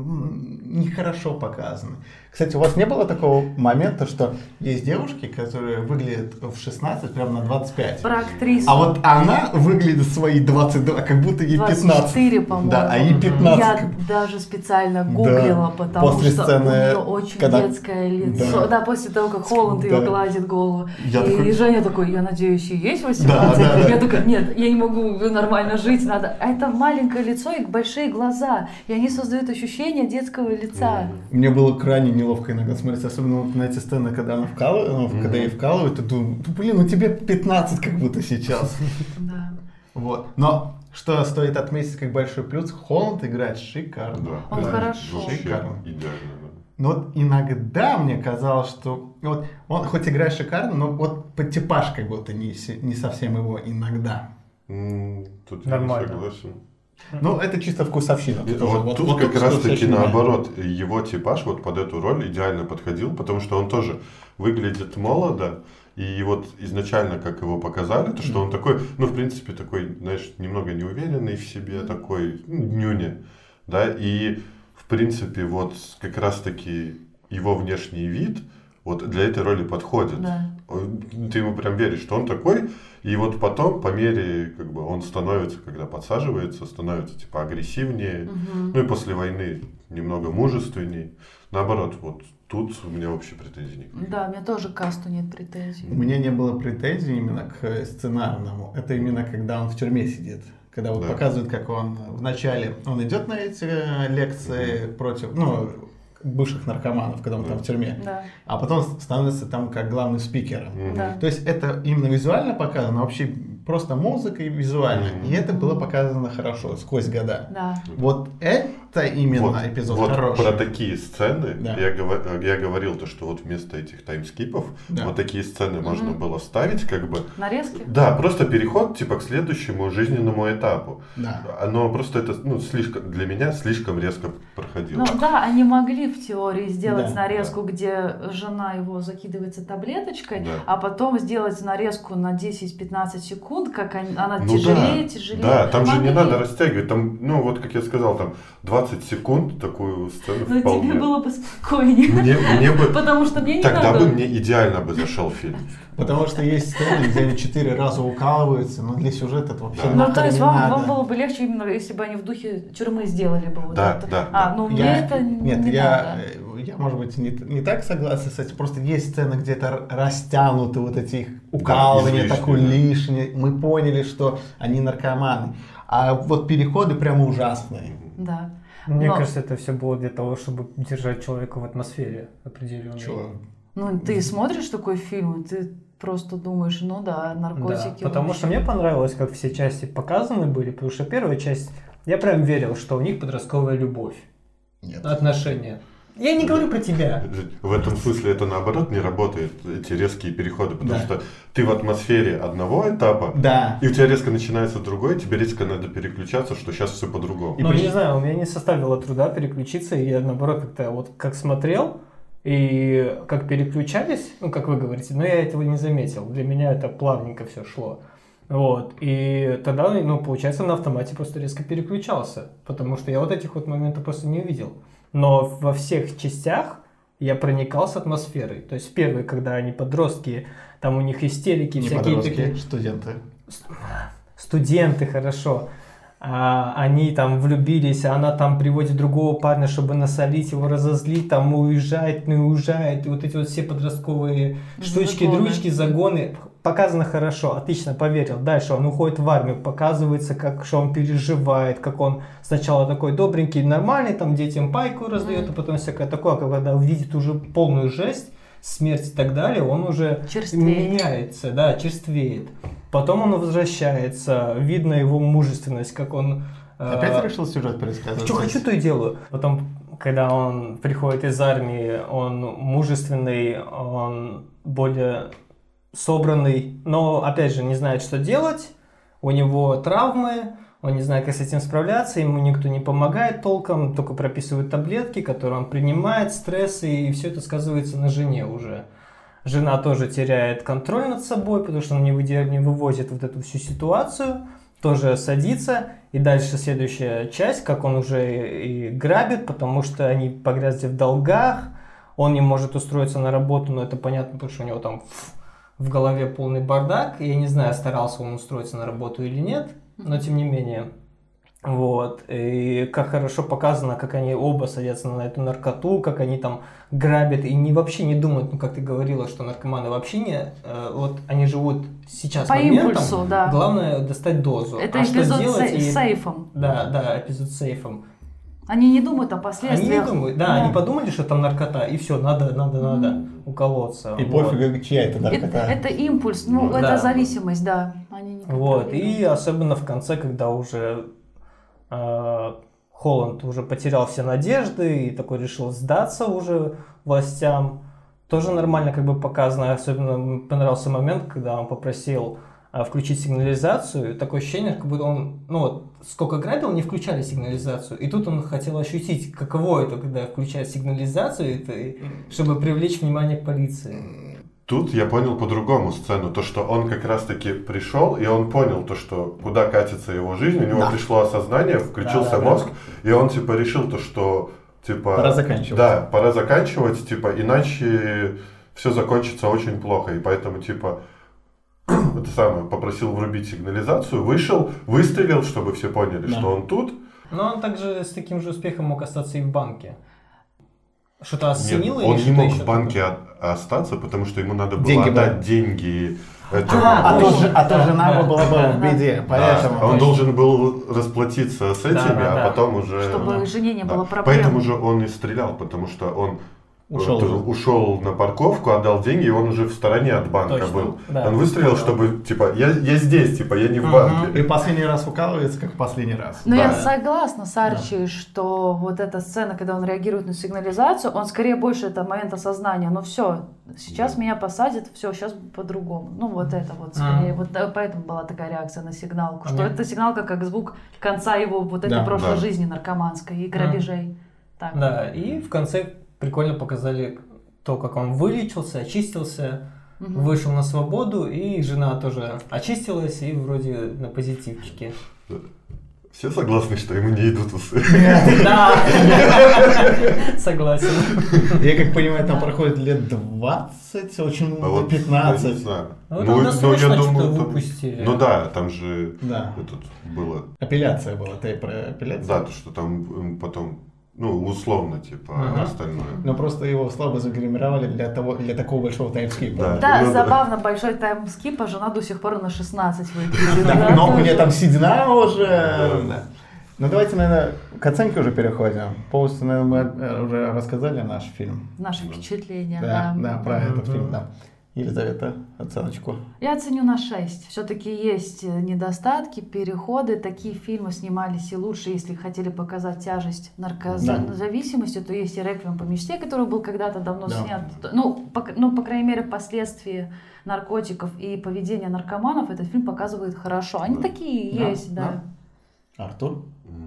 [SPEAKER 1] нехорошо показаны. Кстати, у вас не было такого момента, что есть девушки, которые выглядят в 16, прямо на 25.
[SPEAKER 2] Про актрису.
[SPEAKER 1] А вот она выглядит свои 22, как будто ей 15.
[SPEAKER 2] 24, по-моему.
[SPEAKER 1] Да, а ей 15.
[SPEAKER 2] Я даже специально гуглила, потому
[SPEAKER 1] после
[SPEAKER 2] что
[SPEAKER 1] сцены,
[SPEAKER 2] у нее очень детское лицо. Да, после того, как Холланд ее гладит голову. И Женя такой, я надеюсь, ей есть 18? Я такая, нет, я не могу нормально жить, надо. А это маленькое лицо и большие глаза, и они создают ощущение детского лица.
[SPEAKER 1] Мне было крайне неловко иногда смотреть, особенно вот на эти сцены, когда она вкалывает, когда ей вкалывают, ты думаешь, блин, тебе 15 как будто сейчас.
[SPEAKER 2] Да.
[SPEAKER 1] Вот. Но что стоит отметить как большой плюс, Холланд играет шикарно.
[SPEAKER 2] Он хорошо.
[SPEAKER 1] Шикарно.
[SPEAKER 4] Идеально, да.
[SPEAKER 1] Но вот иногда мне казалось, что вот он хоть играет шикарно, но вот под типаж как будто не совсем его иногда.
[SPEAKER 4] Тут
[SPEAKER 3] нормально.
[SPEAKER 4] Я согласен.
[SPEAKER 1] Ну, это чисто вкусовщина.
[SPEAKER 4] Вот тут как раз таки наоборот, его типаж вот под эту роль идеально подходил, потому что он тоже выглядит молодо, и вот изначально, как его показали, то что он такой, ну, в принципе, такой, знаешь, немного неуверенный в себе, такой, нюня, да, и в принципе, вот как раз таки его внешний вид вот для этой роли подходит.
[SPEAKER 2] Да.
[SPEAKER 4] Ты ему прям веришь, что он такой, и вот потом, по мере, как бы, он становится, когда подсаживается, становится, типа, агрессивнее, ну и после войны немного мужественней. Наоборот, вот тут у меня вообще претензий никаких.
[SPEAKER 2] Да, у меня тоже к касту нет претензий.
[SPEAKER 1] У меня не было претензий именно к сценарному. Это именно когда он в тюрьме сидит. Когда вот показывают, как он вначале, он идет на эти лекции против, ну, бывших наркоманов, когда он там в тюрьме, а потом становится там как главным спикером. То есть это именно визуально показано, вообще просто музыка и визуально. И это было показано хорошо, сквозь года.
[SPEAKER 2] Да.
[SPEAKER 1] Вот это именно эпизод
[SPEAKER 4] вот
[SPEAKER 1] хороший.
[SPEAKER 4] Про такие сцены я говорил, то, что вот вместо этих таймскипов вот такие сцены можно было ставить, как бы...
[SPEAKER 2] Нарезки?
[SPEAKER 4] Да, просто переход типа к следующему жизненному этапу.
[SPEAKER 1] Да.
[SPEAKER 4] Но просто это, ну, слишком, для меня слишком резко проходило.
[SPEAKER 2] Ну да, они могли в теории сделать нарезку, где жена его закидывается таблеточкой, а потом сделать нарезку на 10-15 секунд, секунд, как она
[SPEAKER 4] Ну
[SPEAKER 2] тяжелее,
[SPEAKER 4] да,
[SPEAKER 2] тяжелее.
[SPEAKER 4] Да, там же не
[SPEAKER 2] Могли.
[SPEAKER 4] надо растягивать. Там, ну вот как я сказал, там 20 секунд такую сцену
[SPEAKER 2] Но
[SPEAKER 4] вполне.
[SPEAKER 2] тебе было бы спокойнее.
[SPEAKER 4] Мне бы...
[SPEAKER 2] Потому что мне не
[SPEAKER 4] Тогда
[SPEAKER 2] надо.
[SPEAKER 4] бы мне идеально бы зашел фильм.
[SPEAKER 1] Потому что есть сцены, где они 4 раза укалываются, но для сюжета это вообще
[SPEAKER 4] Да.
[SPEAKER 2] Ну, то
[SPEAKER 1] нахрен
[SPEAKER 2] есть
[SPEAKER 1] не
[SPEAKER 2] вам
[SPEAKER 1] надо.
[SPEAKER 2] было бы легче именно, если бы они в духе тюрьмы сделали бы вот
[SPEAKER 4] Да,
[SPEAKER 2] это.
[SPEAKER 4] да,
[SPEAKER 2] А,
[SPEAKER 4] да.
[SPEAKER 2] ну мне это
[SPEAKER 1] Нет,
[SPEAKER 2] не
[SPEAKER 1] я,
[SPEAKER 2] надо.
[SPEAKER 1] я, может быть, не так согласен с этим. Просто есть сцены, где это растянуты вот эти их укалывания,
[SPEAKER 4] излишне,
[SPEAKER 1] такое
[SPEAKER 4] да.
[SPEAKER 1] лишнее. Мы поняли, что они наркоманы. А вот переходы прямо ужасные.
[SPEAKER 2] Да.
[SPEAKER 3] Мне
[SPEAKER 2] Но-
[SPEAKER 3] кажется, это все было для того, чтобы держать человека в атмосфере определенной.
[SPEAKER 1] Чего?
[SPEAKER 2] Ну, ты смотришь такой фильм, и ты просто думаешь, ну да, наркотики.
[SPEAKER 3] Да, потому что мне понравилось, как все части показаны были, потому что первая часть, я прям верил, что у них подростковая любовь,
[SPEAKER 1] Нет.
[SPEAKER 3] отношения. Я не говорю про тебя.
[SPEAKER 4] В этом смысле это наоборот не работает, эти резкие переходы, потому
[SPEAKER 1] Да.
[SPEAKER 4] что ты в атмосфере одного этапа,
[SPEAKER 1] Да.
[SPEAKER 4] и у тебя резко начинается другой, тебе резко надо переключаться, что сейчас все по-другому.
[SPEAKER 1] И
[SPEAKER 3] Ну,
[SPEAKER 1] причем-
[SPEAKER 3] не знаю, у меня не составило труда переключиться, и я, наоборот, как-то вот как смотрел, и как переключались, ну, как вы говорите, но я этого не заметил. Для меня это плавненько все шло. Вот, и тогда, ну, получается, на автомате просто резко переключался, потому что я вот этих вот моментов просто не увидел. Но во всех частях я проникался атмосферой. То есть в первой, когда они подростки, там у них истерики,
[SPEAKER 1] Не
[SPEAKER 3] всякие
[SPEAKER 1] подростки,
[SPEAKER 3] такие...
[SPEAKER 1] студенты.
[SPEAKER 3] Студенты, хорошо. Они там влюбились, а она там приводит другого парня, чтобы насолить его, разозлить, там уезжает, не уезжает. И вот эти вот все подростковые штучки,
[SPEAKER 2] Загоны.
[SPEAKER 3] дрючки, загоны. Показано хорошо, отлично, поверил. Дальше он уходит в армию, показывается, как что он переживает, как он сначала такой добренький, нормальный, там детям пайку раздает, а потом всякое такое, а когда увидит уже полную жесть, смерть и так далее, он уже
[SPEAKER 2] Черствеет.
[SPEAKER 3] меняется, да, черствеет. Потом он возвращается, видно его мужественность, как он...
[SPEAKER 1] Опять решил сюжет пересказывать?
[SPEAKER 3] Что хочу, то и делаю. Потом, когда он приходит из армии, он мужественный, он более собранный, но, опять же, не знает, что делать. У него травмы, он не знает, как с этим справляться, ему никто не помогает толком, только прописывают таблетки, которые он принимает, стрессы, и все это сказывается на жене уже. Жена тоже теряет контроль над собой, потому что она не вывозит вот эту всю ситуацию, тоже садится. И дальше следующая часть, как он уже и грабит, потому что они погрязли в долгах, он не может устроиться на работу, но это понятно, потому что у него там в голове полный бардак. Я не знаю, старался он устроиться на работу или нет, но тем не менее. Вот. И как хорошо показано, как они оба садятся на эту наркоту, как они там грабят и вообще не думают, ну как ты говорила, что наркоманы вообще не... вот они живут сейчас
[SPEAKER 2] По
[SPEAKER 3] моментом,
[SPEAKER 2] импульсу, да.
[SPEAKER 3] главное достать дозу.
[SPEAKER 2] Это
[SPEAKER 3] а что
[SPEAKER 2] эпизод
[SPEAKER 3] делать
[SPEAKER 2] с сейфом.
[SPEAKER 3] Да, эпизод с сейфом.
[SPEAKER 2] Они не думают о
[SPEAKER 3] Они
[SPEAKER 2] последствиях.
[SPEAKER 3] не думают, да, они подумали, что там наркота, и все, надо уколоться.
[SPEAKER 1] И
[SPEAKER 3] вот.
[SPEAKER 1] пофигу, чья это
[SPEAKER 2] Это,
[SPEAKER 1] наркота.
[SPEAKER 2] это импульс, ну,
[SPEAKER 3] Да.
[SPEAKER 2] это зависимость, да. Они не
[SPEAKER 3] Вот,
[SPEAKER 2] контролируют.
[SPEAKER 3] и особенно в конце, когда уже Холланд уже потерял все надежды и такой решил сдаться уже властям, тоже нормально как бы показано. Особенно мне понравился момент, когда он попросил включить сигнализацию. Такое ощущение, как будто он, ну вот, сколько грабил, не включали сигнализацию. И тут он хотел ощутить, каково это, когда включают сигнализацию, чтобы привлечь внимание полиции.
[SPEAKER 4] Тут я понял по-другому сцену, то, что он как раз-таки пришел, и он понял то, что куда катится его жизнь, у него
[SPEAKER 1] Да.
[SPEAKER 4] пришло осознание, включился
[SPEAKER 3] Да.
[SPEAKER 4] мозг, и он типа решил то, что типа...
[SPEAKER 1] Пора заканчивать.
[SPEAKER 4] Да, пора заканчивать, типа, иначе все закончится очень плохо, и поэтому типа это самое, попросил врубить сигнализацию, вышел, выстрелил, чтобы все поняли,
[SPEAKER 1] Да.
[SPEAKER 4] что он тут.
[SPEAKER 3] Но он также с таким же успехом мог остаться и в банке. Что-то
[SPEAKER 4] Нет,
[SPEAKER 3] осенило или
[SPEAKER 4] он не
[SPEAKER 3] что-то
[SPEAKER 4] мог
[SPEAKER 3] еще
[SPEAKER 4] в банке остаться, потому что ему надо было
[SPEAKER 1] Деньги
[SPEAKER 4] отдать
[SPEAKER 1] брать.
[SPEAKER 4] деньги.
[SPEAKER 1] А то
[SPEAKER 3] точно.
[SPEAKER 1] жена
[SPEAKER 3] Да.
[SPEAKER 1] была бы в беде, поэтому...
[SPEAKER 4] он должен был расплатиться с этими,
[SPEAKER 3] Да.
[SPEAKER 4] а потом уже...
[SPEAKER 2] Чтобы жене не
[SPEAKER 4] Да.
[SPEAKER 2] было проблем.
[SPEAKER 4] Поэтому же он и стрелял, потому что он
[SPEAKER 1] Ушел.
[SPEAKER 4] ушел на парковку, отдал деньги, и он уже в стороне от банка
[SPEAKER 3] Точно,
[SPEAKER 4] был.
[SPEAKER 3] да.
[SPEAKER 4] Он выстрелил,
[SPEAKER 3] Да.
[SPEAKER 4] чтобы, типа, я здесь, типа, я не в
[SPEAKER 3] Мгм.
[SPEAKER 4] банке.
[SPEAKER 1] И последний раз укалывается, как в последний раз.
[SPEAKER 2] Но
[SPEAKER 4] Да.
[SPEAKER 2] я согласна с Арчи, что вот эта сцена, когда он реагирует на сигнализацию, он скорее больше это момент осознания. Ну все, сейчас меня посадят, все, сейчас по-другому. Ну вот это вот скорее. Вот поэтому была такая реакция на сигналку. Что это сигналка как звук конца его вот этой
[SPEAKER 1] Да,
[SPEAKER 2] прошлой
[SPEAKER 4] да.
[SPEAKER 2] жизни наркоманской и грабежей. Так.
[SPEAKER 3] Да, и в конце прикольно показали то, как он вылечился, очистился, вышел на свободу, и жена тоже очистилась и вроде на позитивчике.
[SPEAKER 4] Все согласны, что ему не идут усы?
[SPEAKER 3] Да, согласен.
[SPEAKER 1] Я как понимаю, там проходит лет 20, очень
[SPEAKER 4] А вот
[SPEAKER 1] 15.
[SPEAKER 4] я не знаю.
[SPEAKER 3] Ну, там досрочно
[SPEAKER 4] я
[SPEAKER 3] что-то
[SPEAKER 4] думаю, там-
[SPEAKER 3] выпустили.
[SPEAKER 4] Ну да, там же
[SPEAKER 1] Да.
[SPEAKER 4] этот было.
[SPEAKER 1] Апелляция была, ты про апелляцию?
[SPEAKER 4] Да, то, что там потом, ну, условно, типа,
[SPEAKER 3] Ага.
[SPEAKER 4] остальное.
[SPEAKER 1] Но просто его слабо загримировали для такого большого таймскипа.
[SPEAKER 4] Да.
[SPEAKER 2] Да,
[SPEAKER 4] Ну, да.
[SPEAKER 2] забавно, большой таймскип, а жена до сих пор на 16 выглядит.
[SPEAKER 1] Так
[SPEAKER 2] Да,
[SPEAKER 1] много
[SPEAKER 2] тоже.
[SPEAKER 1] лет там седина уже.
[SPEAKER 4] Да.
[SPEAKER 1] Да. Ну давайте, наверное, к оценке уже переходим. Полностью, наверное, мы уже рассказали наш фильм.
[SPEAKER 2] Наши впечатления,
[SPEAKER 1] Да,
[SPEAKER 2] да.
[SPEAKER 1] да, про этот
[SPEAKER 3] Мгм.
[SPEAKER 1] фильм, да. Елизавета, оценочку.
[SPEAKER 2] Я оценю на 6. Все-таки есть недостатки, переходы. Такие фильмы снимались и лучше, если хотели показать тяжесть наркозависимости, то есть и «Реквием по мечте», который был когда-то давно
[SPEAKER 1] Да.
[SPEAKER 2] снят. По крайней мере, последствия наркотиков и поведения наркоманов этот фильм показывает хорошо. Они
[SPEAKER 4] Да.
[SPEAKER 2] такие
[SPEAKER 1] Да,
[SPEAKER 2] есть, да.
[SPEAKER 1] Артур?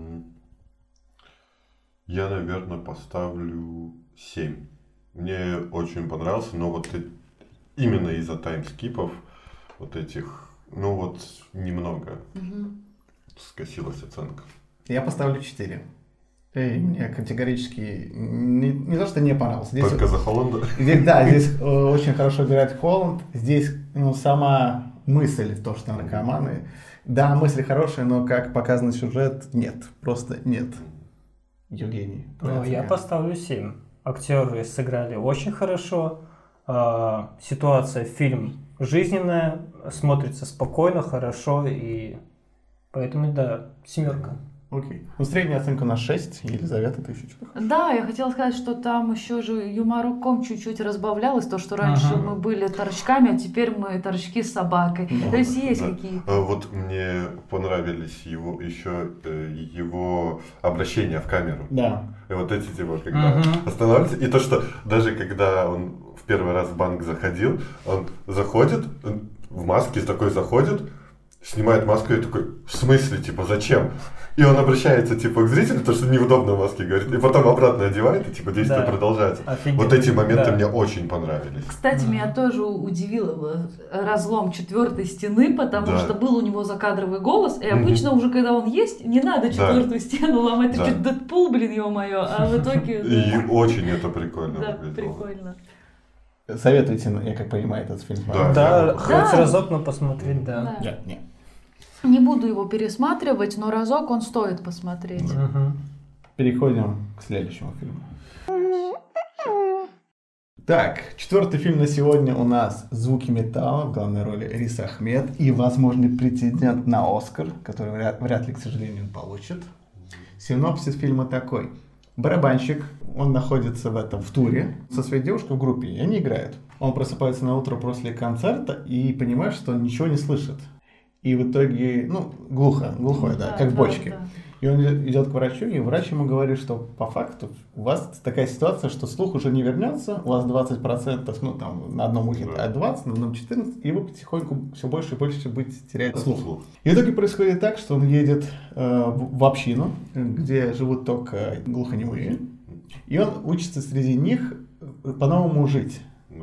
[SPEAKER 4] Я, наверное, поставлю 7. Мне очень понравился, но вот именно из-за таймскипов вот этих, ну вот немного
[SPEAKER 2] Мгм.
[SPEAKER 4] скосилась оценка.
[SPEAKER 1] Я поставлю 4. И мне категорически не то, что не понравился. Здесь,
[SPEAKER 4] Только за Холланда.
[SPEAKER 1] здесь очень хорошо играет Холланд. Здесь сама мысль, то, что наркоманы. Да, мысли хорошие, но как показан сюжет, нет. Просто нет. Евгений.
[SPEAKER 3] Ну,
[SPEAKER 1] твоя
[SPEAKER 3] я
[SPEAKER 1] оценка.
[SPEAKER 3] поставлю 7. Актеры сыграли очень хорошо. Ситуация, фильм жизненная, смотрится спокойно, хорошо, и поэтому, да, 7.
[SPEAKER 1] Окей. Ну, средняя оценка на 6. Елизавета, ты еще что-то хочешь?
[SPEAKER 2] Да, я хотела сказать, что там еще же юморком чуть-чуть разбавлялось, то, что раньше
[SPEAKER 3] Ага.
[SPEAKER 2] мы были торчками, а теперь мы торчки с собакой.
[SPEAKER 1] Да,
[SPEAKER 2] То есть есть
[SPEAKER 4] Да.
[SPEAKER 2] какие-то.
[SPEAKER 4] Вот мне понравились его обращения в камеру.
[SPEAKER 1] Да.
[SPEAKER 4] И вот эти типа, когда
[SPEAKER 3] Мгм.
[SPEAKER 4] останавливается. И то, что даже когда он в первый раз в банк заходил, он заходит, он в маске такой заходит, снимает маску и такой, в смысле, типа, зачем? И он обращается, типа, к зрителю, то, что неудобно в маске говорит, и потом обратно одевает, и, типа, действие
[SPEAKER 3] Да.
[SPEAKER 4] продолжается.
[SPEAKER 3] Офигенно.
[SPEAKER 4] Вот эти моменты
[SPEAKER 3] Да.
[SPEAKER 4] мне очень понравились.
[SPEAKER 2] Кстати, меня тоже удивил разлом 4-й стены, потому
[SPEAKER 4] Да.
[SPEAKER 2] что был у него закадровый голос, и
[SPEAKER 4] Мгм.
[SPEAKER 2] обычно уже, когда он есть, не надо 4-ю стену ломать, это
[SPEAKER 4] Да.
[SPEAKER 2] что-то Дэдпул, блин, ё-моё, а в итоге...
[SPEAKER 4] И очень это прикольно
[SPEAKER 2] Да,
[SPEAKER 4] выглядело.
[SPEAKER 2] прикольно.
[SPEAKER 1] Советуйте, я как понимаю, этот фильм.
[SPEAKER 4] Да.
[SPEAKER 3] Да,
[SPEAKER 4] Да.
[SPEAKER 3] хоть
[SPEAKER 2] Да.
[SPEAKER 3] разок, но посмотреть, да.
[SPEAKER 2] Да.
[SPEAKER 1] Да, нет.
[SPEAKER 2] Не буду его пересматривать, но разок он стоит посмотреть.
[SPEAKER 3] Мгм.
[SPEAKER 1] Переходим к следующему фильму. Так, 4-й фильм на сегодня у нас «Звуки металла», в главной роли Риз Ахмед и возможный претендент на Оскар, который вряд ли, к сожалению, он получит. Синопсис фильма такой. Барабанщик, он находится в туре со своей девушкой в группе, и они играют. Он просыпается на утро после концерта и понимает, что он ничего не слышит. И в итоге, глухой, да, как в бочке.
[SPEAKER 2] Да.
[SPEAKER 1] И он идет к врачу, и врач ему говорит, что по факту у вас такая ситуация, что слух уже не вернется, у вас 20%, на одном ухе
[SPEAKER 4] Да.
[SPEAKER 1] 20, на одном 14, и вы потихоньку все больше и больше будете терять слух. И в итоге происходит так, что он едет в общину, где живут только глухонемые, и он учится среди них по-новому жить.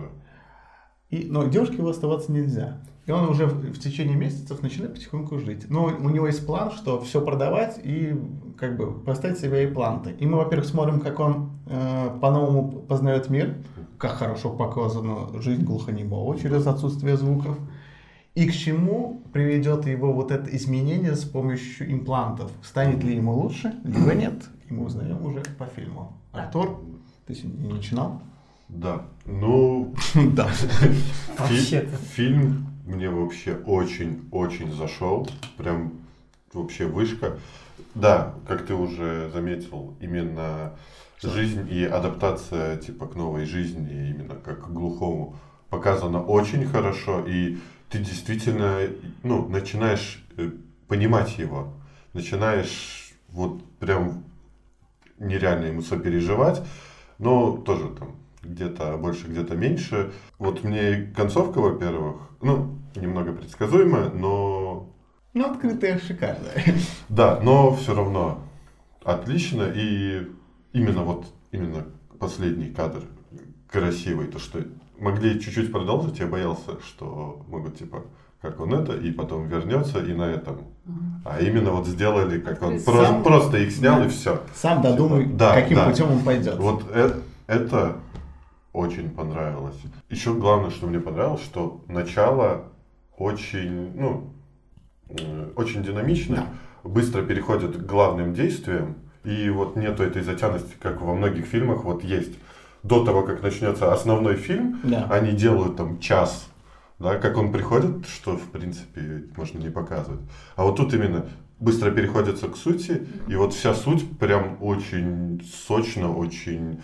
[SPEAKER 4] Да.
[SPEAKER 1] Но девушке его оставаться нельзя. И он уже в течение месяцев начинает потихоньку жить. Но у него есть план, что все продавать и как бы поставить себе и планты. И мы, во-первых, смотрим, как он по-новому познает мир, как хорошо показана жизнь глухонемого через отсутствие звуков. И к чему приведет его вот это изменение с помощью имплантов. Станет ли ему лучше, либо нет. И мы узнаем уже по фильму.
[SPEAKER 2] Да.
[SPEAKER 1] Артур, ты сегодня не начинал?
[SPEAKER 4] Да. Ну,
[SPEAKER 1] Да.
[SPEAKER 3] Вообще-то.
[SPEAKER 4] фильм мне вообще очень-очень зашел. Прям вообще вышка. Да, как ты уже заметил, именно жизнь и адаптация типа к новой жизни, именно как к глухому, показана очень хорошо. И ты действительно, начинаешь понимать его. Начинаешь вот прям нереально ему сопереживать. Но тоже там где-то больше, где-то меньше. Вот мне концовка, во-первых, немного предсказуемая, но...
[SPEAKER 1] Открытая, шикарная.
[SPEAKER 4] Да, но все равно отлично. И именно последний кадр красивый, то что могли чуть-чуть продолжить, я боялся, что могут типа как он это, и потом вернется, и на этом. А именно вот сделали, как он просто их снял, и все.
[SPEAKER 1] Сам додумай, каким путем он пойдет.
[SPEAKER 4] Вот это очень понравилось. Еще главное, что мне понравилось, что начало очень, очень динамичное, быстро переходит к главным действиям, и вот нету этой затянутости, как во многих фильмах вот есть. До того, как начнется основной фильм, они делают там час, да, как он приходит, что в принципе можно не показывать. А вот тут именно быстро переходится к сути, и вот вся суть прям очень сочно, очень...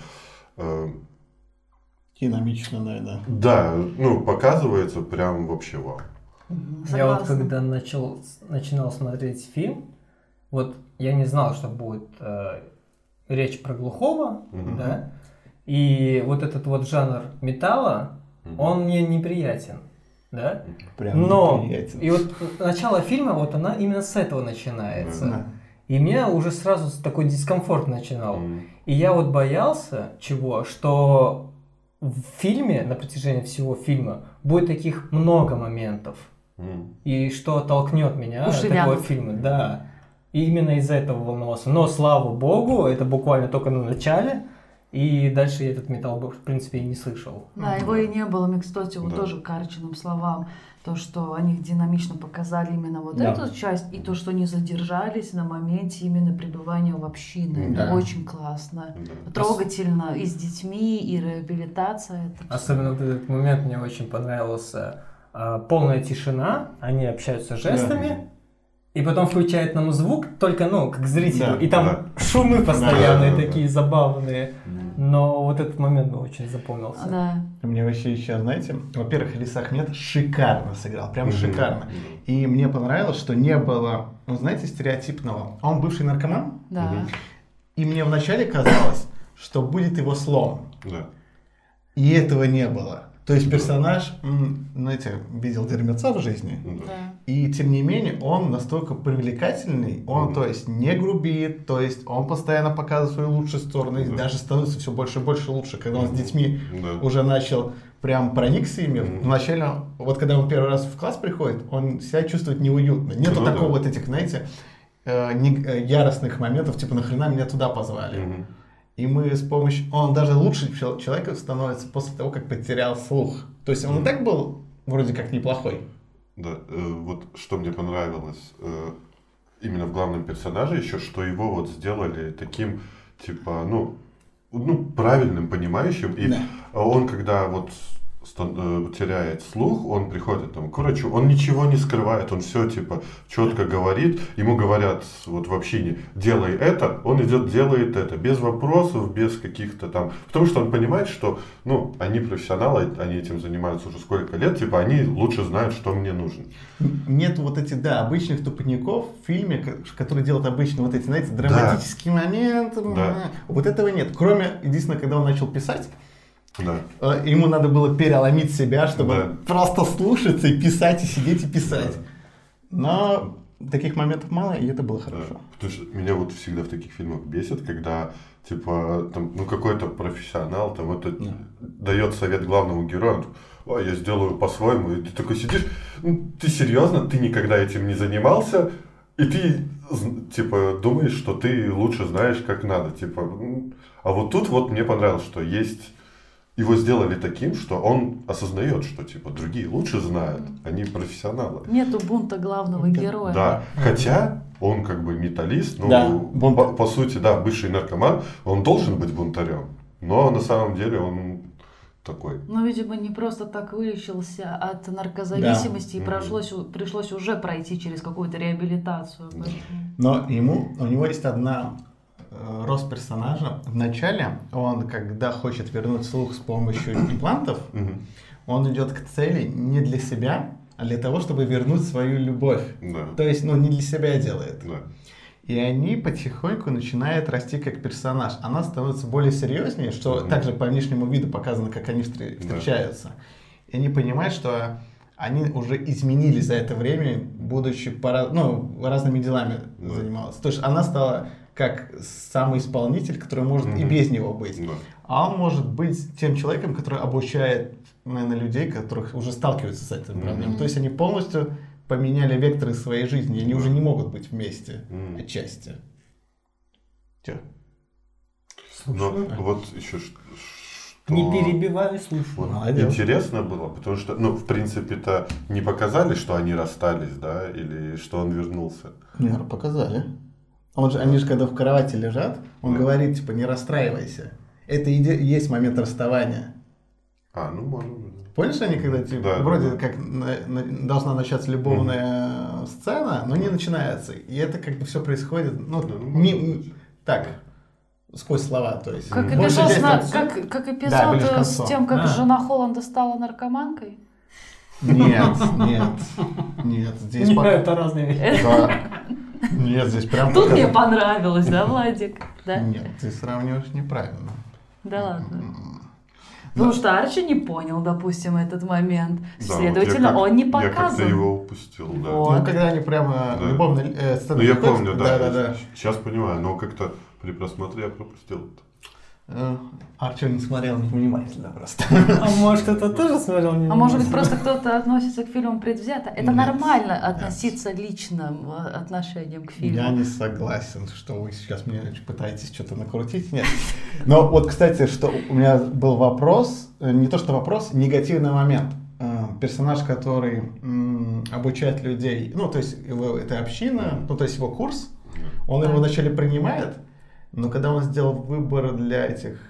[SPEAKER 1] Динамично, наверное.
[SPEAKER 4] Да, показывается прям вообще вау.
[SPEAKER 3] Я вот когда начинал смотреть фильм, вот я не знал, что будет речь про глухого, да, и вот этот вот жанр металла, он мне неприятен, да,
[SPEAKER 1] прям
[SPEAKER 3] но
[SPEAKER 1] неприятен.
[SPEAKER 3] И вот начало фильма, вот она именно с этого начинается, и меня уже сразу такой дискомфорт начинал, и я вот боялся чего, что в фильме, на протяжении всего фильма, будет таких много моментов. И что оттолкнет меня от такого фильма. Да. И именно из-за этого волновался. Но, слава богу, это буквально только на начале. И дальше я этот металл, в принципе, и не слышал.
[SPEAKER 2] Да, его и не было. Мне, кстати, вот тоже к Арчиным словам. То, что они динамично показали именно вот эту часть, и то, что они задержались на моменте именно пребывания в общине. Очень классно. Трогательно. И с детьми, и реабилитация.
[SPEAKER 3] Особенно вот этот момент мне очень понравился. Полная тишина, они общаются жестами, и потом включают нам звук, только, как зрителю, и там шумы постоянные, такие забавные. Но вот этот момент очень запомнился.
[SPEAKER 2] Да.
[SPEAKER 1] Мне вообще еще, знаете, во-первых, Рис Ахмед шикарно сыграл, прям шикарно. И мне понравилось, что не было, знаете, стереотипного. Он бывший наркоман, и мне вначале казалось, что будет его слом. И этого не было. То есть персонаж, знаете, видел дерьмеца в жизни, и тем не менее он настолько привлекательный, он, то есть, не грубит, то есть он постоянно показывает свою лучшую сторону, и даже становится все больше и больше лучше, когда он с детьми уже начал прям проникся ими. Вначале, вот когда он первый раз в класс приходит, он себя чувствует неуютно. Нету такого вот этих, знаете, яростных моментов, типа нахрена меня туда позвали. И мы с помощью... Он даже лучше человеком становится после того, как потерял слух. То есть он и так был вроде как неплохой.
[SPEAKER 4] Да, вот что мне понравилось именно в главном персонаже еще, что его вот сделали таким, типа, правильным, понимающим. И он, когда вот теряет слух, он приходит там к врачу, он ничего не скрывает, он все типа четко говорит, ему говорят вот в общине, делай это, он идет, делает это, без вопросов, без каких-то там, потому что он понимает, что, они профессионалы, они этим занимаются уже сколько лет, типа, они лучше знают, что мне нужно.
[SPEAKER 1] Нет вот этих, обычных тупников в фильме, которые делают обычно вот эти, знаете, драматические моменты, вот этого нет, кроме, единственное, когда он начал писать, ему надо было переломить себя, чтобы просто слушаться и писать, и сидеть и писать. Но таких моментов мало, и это было хорошо.
[SPEAKER 4] Потому что меня вот всегда в таких фильмах бесит, когда типа там, какой-то профессионал там это дает совет главному герою, ой, я сделаю по-своему, и ты такой сидишь, ты серьезно, ты никогда этим не занимался, и ты типа думаешь, что ты лучше знаешь, как надо, типа. А вот тут вот мне понравилось, что есть. Его сделали таким, что он осознает, что типа другие лучше знают, они профессионалы.
[SPEAKER 2] Нету бунта главного героя.
[SPEAKER 4] Да, хотя он как бы металлист, по сути, бывший наркоман, он должен быть бунтарем, но на самом деле он такой.
[SPEAKER 2] Видимо, не просто так вылечился от наркозависимости и пришлось уже пройти через какую-то реабилитацию.
[SPEAKER 1] Но у него есть одна... рост персонажа. Вначале он, когда хочет вернуть слух с помощью имплантов, он идет к цели не для себя, а для того, чтобы вернуть свою любовь. То есть, не для себя делает. И они потихоньку начинают расти как персонаж. Она становится более серьезнее, что также по внешнему виду показано, как они встречаются. И они понимают, что они уже изменились за это время, будучи разными делами занималась. То есть она стала как самый исполнитель, который может и без него быть.
[SPEAKER 4] Да.
[SPEAKER 1] А он может быть тем человеком, который обучает, наверное, людей, которых уже сталкиваются с этим проблемой. То есть они полностью поменяли векторы своей жизни, и они уже не могут быть вместе отчасти. Чё?
[SPEAKER 4] Но вот еще
[SPEAKER 3] Не перебивай, слушай.
[SPEAKER 4] Вот
[SPEAKER 1] Молодец.
[SPEAKER 4] интересно было, потому что, ну, в принципе-то не показали, что они расстались, да, или что он вернулся.
[SPEAKER 1] Наверное, показали. Они же когда в кровати лежат, он говорит, типа, не расстраивайся. Это и есть момент расставания.
[SPEAKER 4] Ну, может быть.
[SPEAKER 1] Помнишь, они когда, типа,
[SPEAKER 4] Да,
[SPEAKER 1] вроде
[SPEAKER 4] да.
[SPEAKER 1] как должна начаться любовная сцена, но не начинается. И это как бы все происходит, ну, так, сквозь слова, то есть.
[SPEAKER 2] Как
[SPEAKER 1] Большая
[SPEAKER 2] эпизод,
[SPEAKER 1] часть
[SPEAKER 2] как
[SPEAKER 1] Да,
[SPEAKER 2] эпизод
[SPEAKER 1] ближе к
[SPEAKER 2] с
[SPEAKER 1] концу.
[SPEAKER 2] тем, как жена Холланда стала наркоманкой.
[SPEAKER 1] Нет, здесь
[SPEAKER 3] Не,
[SPEAKER 1] пока...
[SPEAKER 3] это разные вещи.
[SPEAKER 1] Да. Нет, здесь прям...
[SPEAKER 2] Тут мне понравилось, да, Владик? Да?
[SPEAKER 1] Нет, ты сравниваешь неправильно.
[SPEAKER 2] Да ладно. Потому что Арчи не понял, допустим, этот момент.
[SPEAKER 4] Да,
[SPEAKER 2] Следовательно,
[SPEAKER 4] вот
[SPEAKER 2] он не
[SPEAKER 4] Я как-то
[SPEAKER 2] показан.
[SPEAKER 4] его упустил, да.
[SPEAKER 2] Вот.
[SPEAKER 1] Ну, когда они прямо
[SPEAKER 4] Да.
[SPEAKER 1] любовные сцены...
[SPEAKER 4] Ну, я
[SPEAKER 1] приходят,
[SPEAKER 4] помню, да.
[SPEAKER 1] Да.
[SPEAKER 4] Сейчас понимаю, но как-то при просмотре я пропустил это.
[SPEAKER 1] Арчи не смотрел невнимательно просто.
[SPEAKER 3] А может, кто-то тоже смотрел?
[SPEAKER 2] А может быть, просто кто-то относится к фильму предвзято? Это
[SPEAKER 1] Нет.
[SPEAKER 2] нормально относиться личным отношением к фильму.
[SPEAKER 1] Я не согласен, что вы сейчас мне пытаетесь что-то накрутить. Нет. Но вот, кстати, что у меня был вопрос, не то что вопрос, негативный момент. Персонаж, который обучает людей, ну, то есть это община, ну, то есть его курс, он его вначале принимает, но когда он сделал выбор для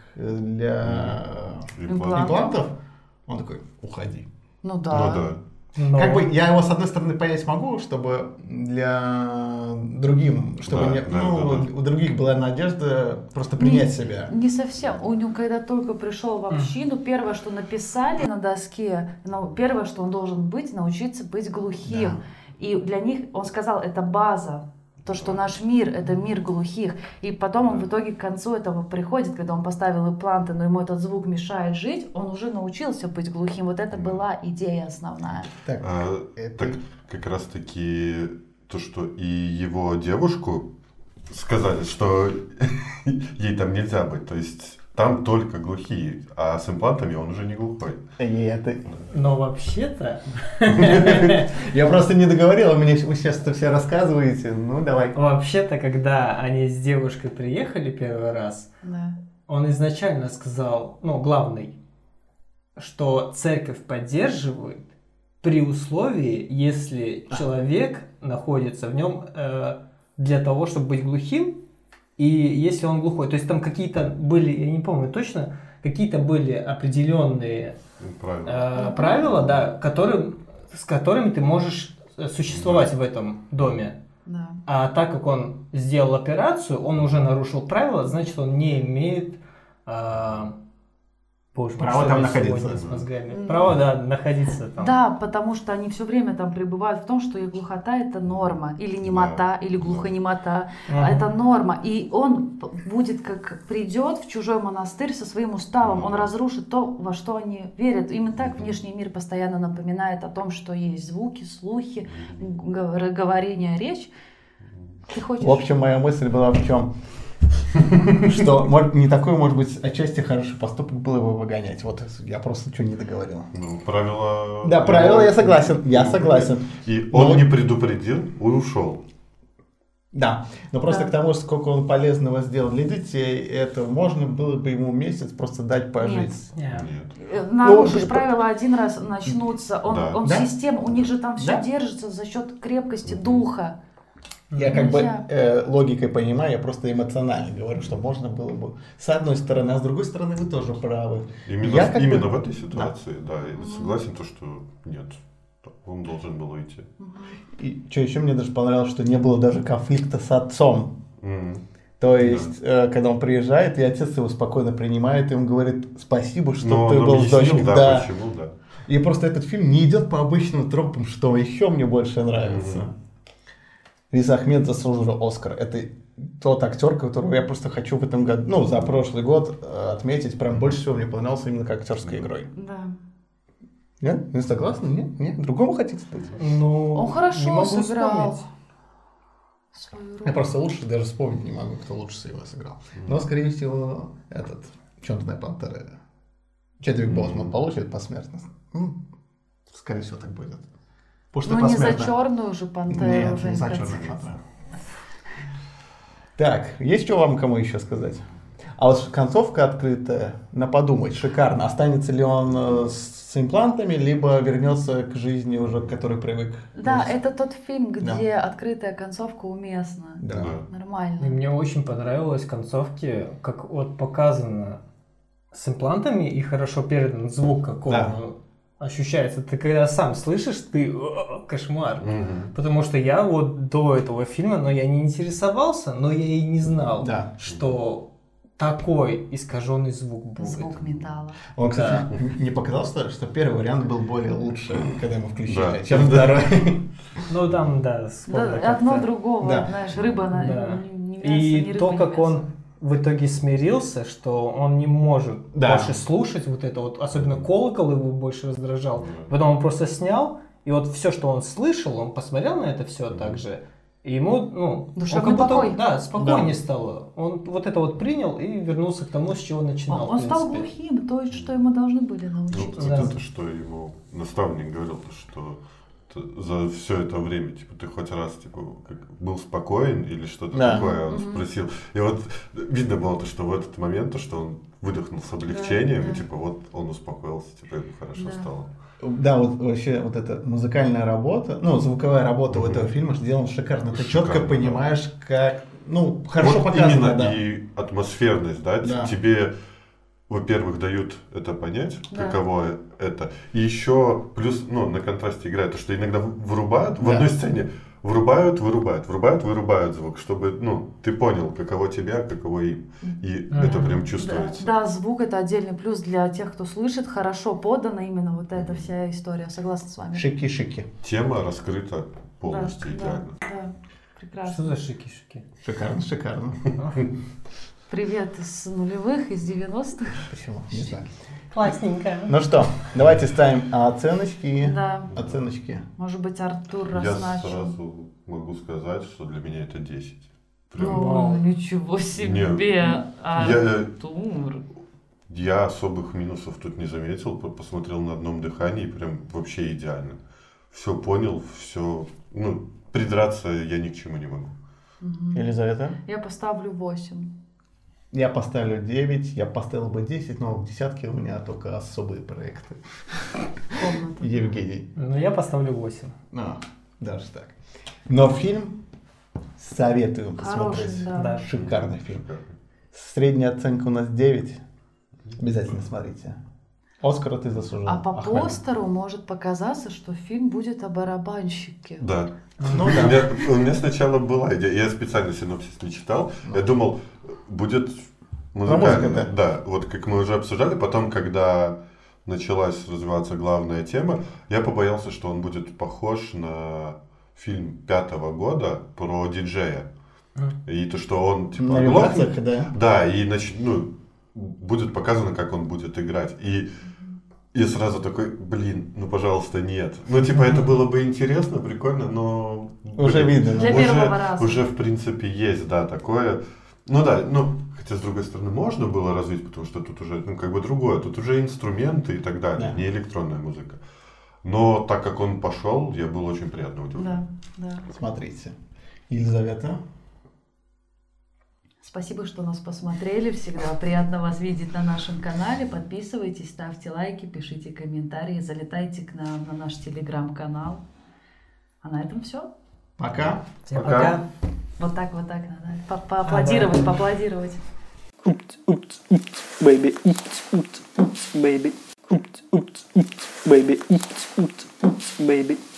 [SPEAKER 1] имплантов, он такой, уходи.
[SPEAKER 2] Ну
[SPEAKER 4] Ну
[SPEAKER 2] да.
[SPEAKER 4] да.
[SPEAKER 3] Но-
[SPEAKER 1] Как бы я его с одной стороны понять могу, чтобы для другим, чтобы
[SPEAKER 4] Да,
[SPEAKER 1] не-
[SPEAKER 4] да,
[SPEAKER 1] ну,
[SPEAKER 4] да, да.
[SPEAKER 1] у других была надежда просто принять себя.
[SPEAKER 2] Не совсем. У него, когда только пришел в общину, первое, что написали на доске, первое, что он должен быть, научиться быть глухим. И для них, он сказал, это база. То, что наш мир, это мир глухих. И потом он в итоге к концу этого приходит, когда он поставил импланты, но ему этот звук мешает жить, он уже научился быть глухим. Вот это была идея основная.
[SPEAKER 1] Так,
[SPEAKER 4] Так как раз таки то, что и его девушку сказали, что ей там нельзя быть. То есть там только глухие, а с имплантами он уже не глухой.
[SPEAKER 3] Но вообще-то,
[SPEAKER 1] Я просто не договорил, вы сейчас это все рассказываете. Ну, давай.
[SPEAKER 3] вообще-то, когда они с девушкой приехали первый раз,
[SPEAKER 2] Да.
[SPEAKER 3] он изначально сказал, ну, главный, что церковь поддерживает при условии, если человек находится в нем для того, чтобы быть глухим, и если он глухой. То есть там какие-то были, я не помню точно, какие-то были определенные
[SPEAKER 4] Правильно.
[SPEAKER 3] правила, да, с которыми ты можешь существовать в этом доме.
[SPEAKER 2] Да.
[SPEAKER 3] А так как он сделал операцию, он уже нарушил правила, значит, он не имеет
[SPEAKER 1] Право там находиться.
[SPEAKER 3] С мозгами. Право, да, находиться там.
[SPEAKER 2] Да, потому что они все время там пребывают в том, что их глухота это норма, или немота, или глухонемота, это норма. И он будет, как придет в чужой монастырь со своим уставом, он разрушит то, во что они верят. Именно так внешний мир постоянно напоминает о том, что есть звуки, слухи, говорение, речь. Ты хочешь...
[SPEAKER 1] В общем, моя мысль была в чем? Что не такой, может быть, отчасти хороший поступок было его выгонять. Вот я просто что не договорил.
[SPEAKER 4] Ну, правила...
[SPEAKER 1] Да, правила я согласен. Я согласен.
[SPEAKER 4] И он не предупредил и ушел.
[SPEAKER 1] Да, но просто
[SPEAKER 2] Да.
[SPEAKER 1] к тому, сколько он полезного сделал для детей, это можно было бы ему месяц просто дать пожить.
[SPEAKER 3] Нет.
[SPEAKER 4] Нет.
[SPEAKER 2] Нарушишь правила один раз, начнутся. Он
[SPEAKER 1] Да.
[SPEAKER 2] система, у них же там все
[SPEAKER 1] Да.
[SPEAKER 2] держится за счет крепкости духа.
[SPEAKER 1] Я как бы
[SPEAKER 2] Нельзя.
[SPEAKER 1] логикой понимаю, я просто эмоционально говорю, что можно было бы с одной стороны, а с другой стороны вы тоже правы.
[SPEAKER 4] Именно,
[SPEAKER 1] Я как бы-
[SPEAKER 4] именно в этой ситуации, да, я согласен, то, что нет, он должен был уйти.
[SPEAKER 1] И что еще мне даже понравилось, что не было даже конфликта с отцом.
[SPEAKER 4] Мгм.
[SPEAKER 1] То есть, когда он приезжает, и отец его спокойно принимает, и он говорит спасибо, что
[SPEAKER 4] Но
[SPEAKER 1] ты
[SPEAKER 4] он
[SPEAKER 1] был с
[SPEAKER 4] объяснил,
[SPEAKER 1] дочкой.
[SPEAKER 4] да,
[SPEAKER 1] Да.
[SPEAKER 4] почему, да.
[SPEAKER 1] И просто этот фильм не идет по обычным тропам, что еще мне больше нравится. Риз Ахмед заслужил Оскар. Это тот актер, которого я просто хочу в этом году, ну, за прошлый год отметить. Прям больше всего мне понравился именно как актерской игрой.
[SPEAKER 2] Да.
[SPEAKER 1] Нет? Не согласны? Нет? Нет? Другому хотите сказать?
[SPEAKER 3] Ну,
[SPEAKER 2] Он
[SPEAKER 3] не
[SPEAKER 2] хорошо
[SPEAKER 3] могу
[SPEAKER 2] сыграл.
[SPEAKER 3] вспомнить.
[SPEAKER 2] свою роль.
[SPEAKER 1] Я просто лучше даже вспомнить не могу, кто лучше всего сыграл. Но, скорее всего, Черная пантера. Чедвик Боусман получит посмертно. Скорее всего, так будет. Потому что
[SPEAKER 2] Не за черную же пантеру.
[SPEAKER 1] Нет,
[SPEAKER 2] уже
[SPEAKER 1] не за
[SPEAKER 2] в конце
[SPEAKER 1] черную
[SPEAKER 2] концов.
[SPEAKER 1] пантеру. Так, есть что вам кому еще сказать? А вот концовка открытая, на подумать, шикарно. Останется ли он с имплантами, либо вернется к жизни уже, к которой привык?
[SPEAKER 2] Да, это тот фильм, где
[SPEAKER 1] Да.
[SPEAKER 2] открытая концовка уместна.
[SPEAKER 1] Да.
[SPEAKER 2] Нормально.
[SPEAKER 3] И мне очень понравилось концовки, как вот показано с имплантами и хорошо передан звук, как он ощущается. Ты когда сам слышишь, ты кошмар. Потому что я вот до этого фильма, но я не интересовался, но я и не знал, что такой искаженный звук будет.
[SPEAKER 2] Звук металла.
[SPEAKER 1] Он, кстати, не показалось, что первый вариант был более лучше, когда мы включили,
[SPEAKER 4] Да.
[SPEAKER 1] чем второй.
[SPEAKER 3] Ну там, да, вспомнил
[SPEAKER 2] Да, одно
[SPEAKER 3] как-то.
[SPEAKER 2] другого,
[SPEAKER 1] Да.
[SPEAKER 2] знаешь, рыба
[SPEAKER 3] Да.
[SPEAKER 2] не мясо,
[SPEAKER 3] И
[SPEAKER 2] ни рыба,
[SPEAKER 3] то,
[SPEAKER 2] ни
[SPEAKER 3] как
[SPEAKER 2] мясо.
[SPEAKER 3] он в итоге смирился, что он не может больше слушать вот это вот, особенно колокол его больше раздражал. Потом он просто снял, и вот все, что он слышал, он посмотрел на это все так же, и ему,
[SPEAKER 2] Душевный
[SPEAKER 3] он как будто,
[SPEAKER 2] покой.
[SPEAKER 3] да, спокойнее стало. Он вот это вот принял и вернулся к тому, с чего начинал.
[SPEAKER 2] Он
[SPEAKER 3] в
[SPEAKER 2] стал
[SPEAKER 3] принципе.
[SPEAKER 2] глухим, то есть, что ему должны были
[SPEAKER 4] Ну,
[SPEAKER 2] научить.
[SPEAKER 4] вот
[SPEAKER 3] Да.
[SPEAKER 4] это, что его наставник говорил, то, что за все это время, типа, ты хоть раз, типа, был спокоен или что-то такое, он спросил. И вот видно было то, что в этот момент, то, что он выдохнул с облегчением, и, типа, вот он успокоился, типа, ему хорошо стало.
[SPEAKER 1] Да, вот вообще вот эта музыкальная работа, звуковая работа у этого фильма сделана шикарно. Ты четко понимаешь, как, хорошо
[SPEAKER 4] вот
[SPEAKER 1] показано,
[SPEAKER 4] именно
[SPEAKER 1] да.
[SPEAKER 4] и атмосферность, да,
[SPEAKER 1] Да.
[SPEAKER 4] тебе, во-первых, дают это понять, каково это. И еще плюс, на контрасте играет, то, что иногда вырубают в одной сцене, вырубают звук, чтобы, ты понял, каково тебя, каково им. И это прям чувствуется.
[SPEAKER 2] Да, звук это отдельный плюс для тех, кто слышит, хорошо подана именно вот эта вся история. Согласна с вами.
[SPEAKER 1] Шики-шики.
[SPEAKER 4] Тема раскрыта полностью идеально.
[SPEAKER 2] Да, прекрасно.
[SPEAKER 3] Что за шики-шики?
[SPEAKER 1] Шикарно.
[SPEAKER 2] Привет из нулевых, из 90-х.
[SPEAKER 1] Почему? Не знаю.
[SPEAKER 3] Классненько.
[SPEAKER 1] Ну что, давайте ставим оценочки.
[SPEAKER 2] Да.
[SPEAKER 1] Оценочки.
[SPEAKER 2] Может быть, Артур
[SPEAKER 4] Я
[SPEAKER 2] разначил.
[SPEAKER 4] сразу могу сказать, что для меня это 10. Прям.
[SPEAKER 2] Ну, ничего себе, Артур.
[SPEAKER 4] Я особых минусов тут не заметил, посмотрел на одном дыхании, прям вообще идеально. Все понял, все, придраться я ни к чему не могу.
[SPEAKER 1] Елизавета?
[SPEAKER 2] Я поставлю 8.
[SPEAKER 1] Я поставлю 9, я поставил бы 10, но в десятке у меня только особые проекты.
[SPEAKER 2] Комната.
[SPEAKER 1] Евгений.
[SPEAKER 3] Ну, я поставлю 8.
[SPEAKER 1] Даже так. Но фильм советую
[SPEAKER 2] Хороший,
[SPEAKER 1] посмотреть.
[SPEAKER 2] да.
[SPEAKER 1] Шикарный фильм. Средняя оценка у нас 9. Обязательно смотрите. Оскара ты заслужил.
[SPEAKER 2] А по
[SPEAKER 1] Ахмед.
[SPEAKER 2] постеру может показаться, что фильм будет о барабанщике.
[SPEAKER 4] Да.
[SPEAKER 1] Ну
[SPEAKER 4] У
[SPEAKER 1] да.
[SPEAKER 4] меня сначала была идея, я специально синопсис не читал, я думал, будет музыкально.
[SPEAKER 1] музыка,
[SPEAKER 4] Да, вот как мы уже обсуждали, потом, когда началась развиваться главная тема, я побоялся, что он будет похож на фильм 5-го года про диджея. И то, что он типа
[SPEAKER 1] На
[SPEAKER 4] оглохнет.
[SPEAKER 1] вибрациях, да?
[SPEAKER 4] Да, и будет показано, как он будет играть. И сразу такой, пожалуйста, нет. Это было бы интересно, прикольно, но...
[SPEAKER 1] Уже видно.
[SPEAKER 2] Для первого раза.
[SPEAKER 4] Уже, в принципе, есть, да, такое. Хотя, с другой стороны, можно было развить, потому что тут уже, другое. Тут уже инструменты и так далее,
[SPEAKER 1] Да.
[SPEAKER 4] не электронная музыка. Но так как он пошел, я был очень приятно удивлен.
[SPEAKER 2] Да.
[SPEAKER 1] Смотрите. Елизавета?
[SPEAKER 2] Спасибо, что нас посмотрели. Всегда приятно вас видеть на нашем канале. Подписывайтесь, ставьте лайки, пишите комментарии, залетайте к нам на наш телеграм-канал. А на этом все.
[SPEAKER 1] Пока.
[SPEAKER 3] Всем
[SPEAKER 4] Пока.
[SPEAKER 3] пока.
[SPEAKER 2] Вот так надо. Поаплодировать, поаплодировать.
[SPEAKER 5] Baby, baby, baby.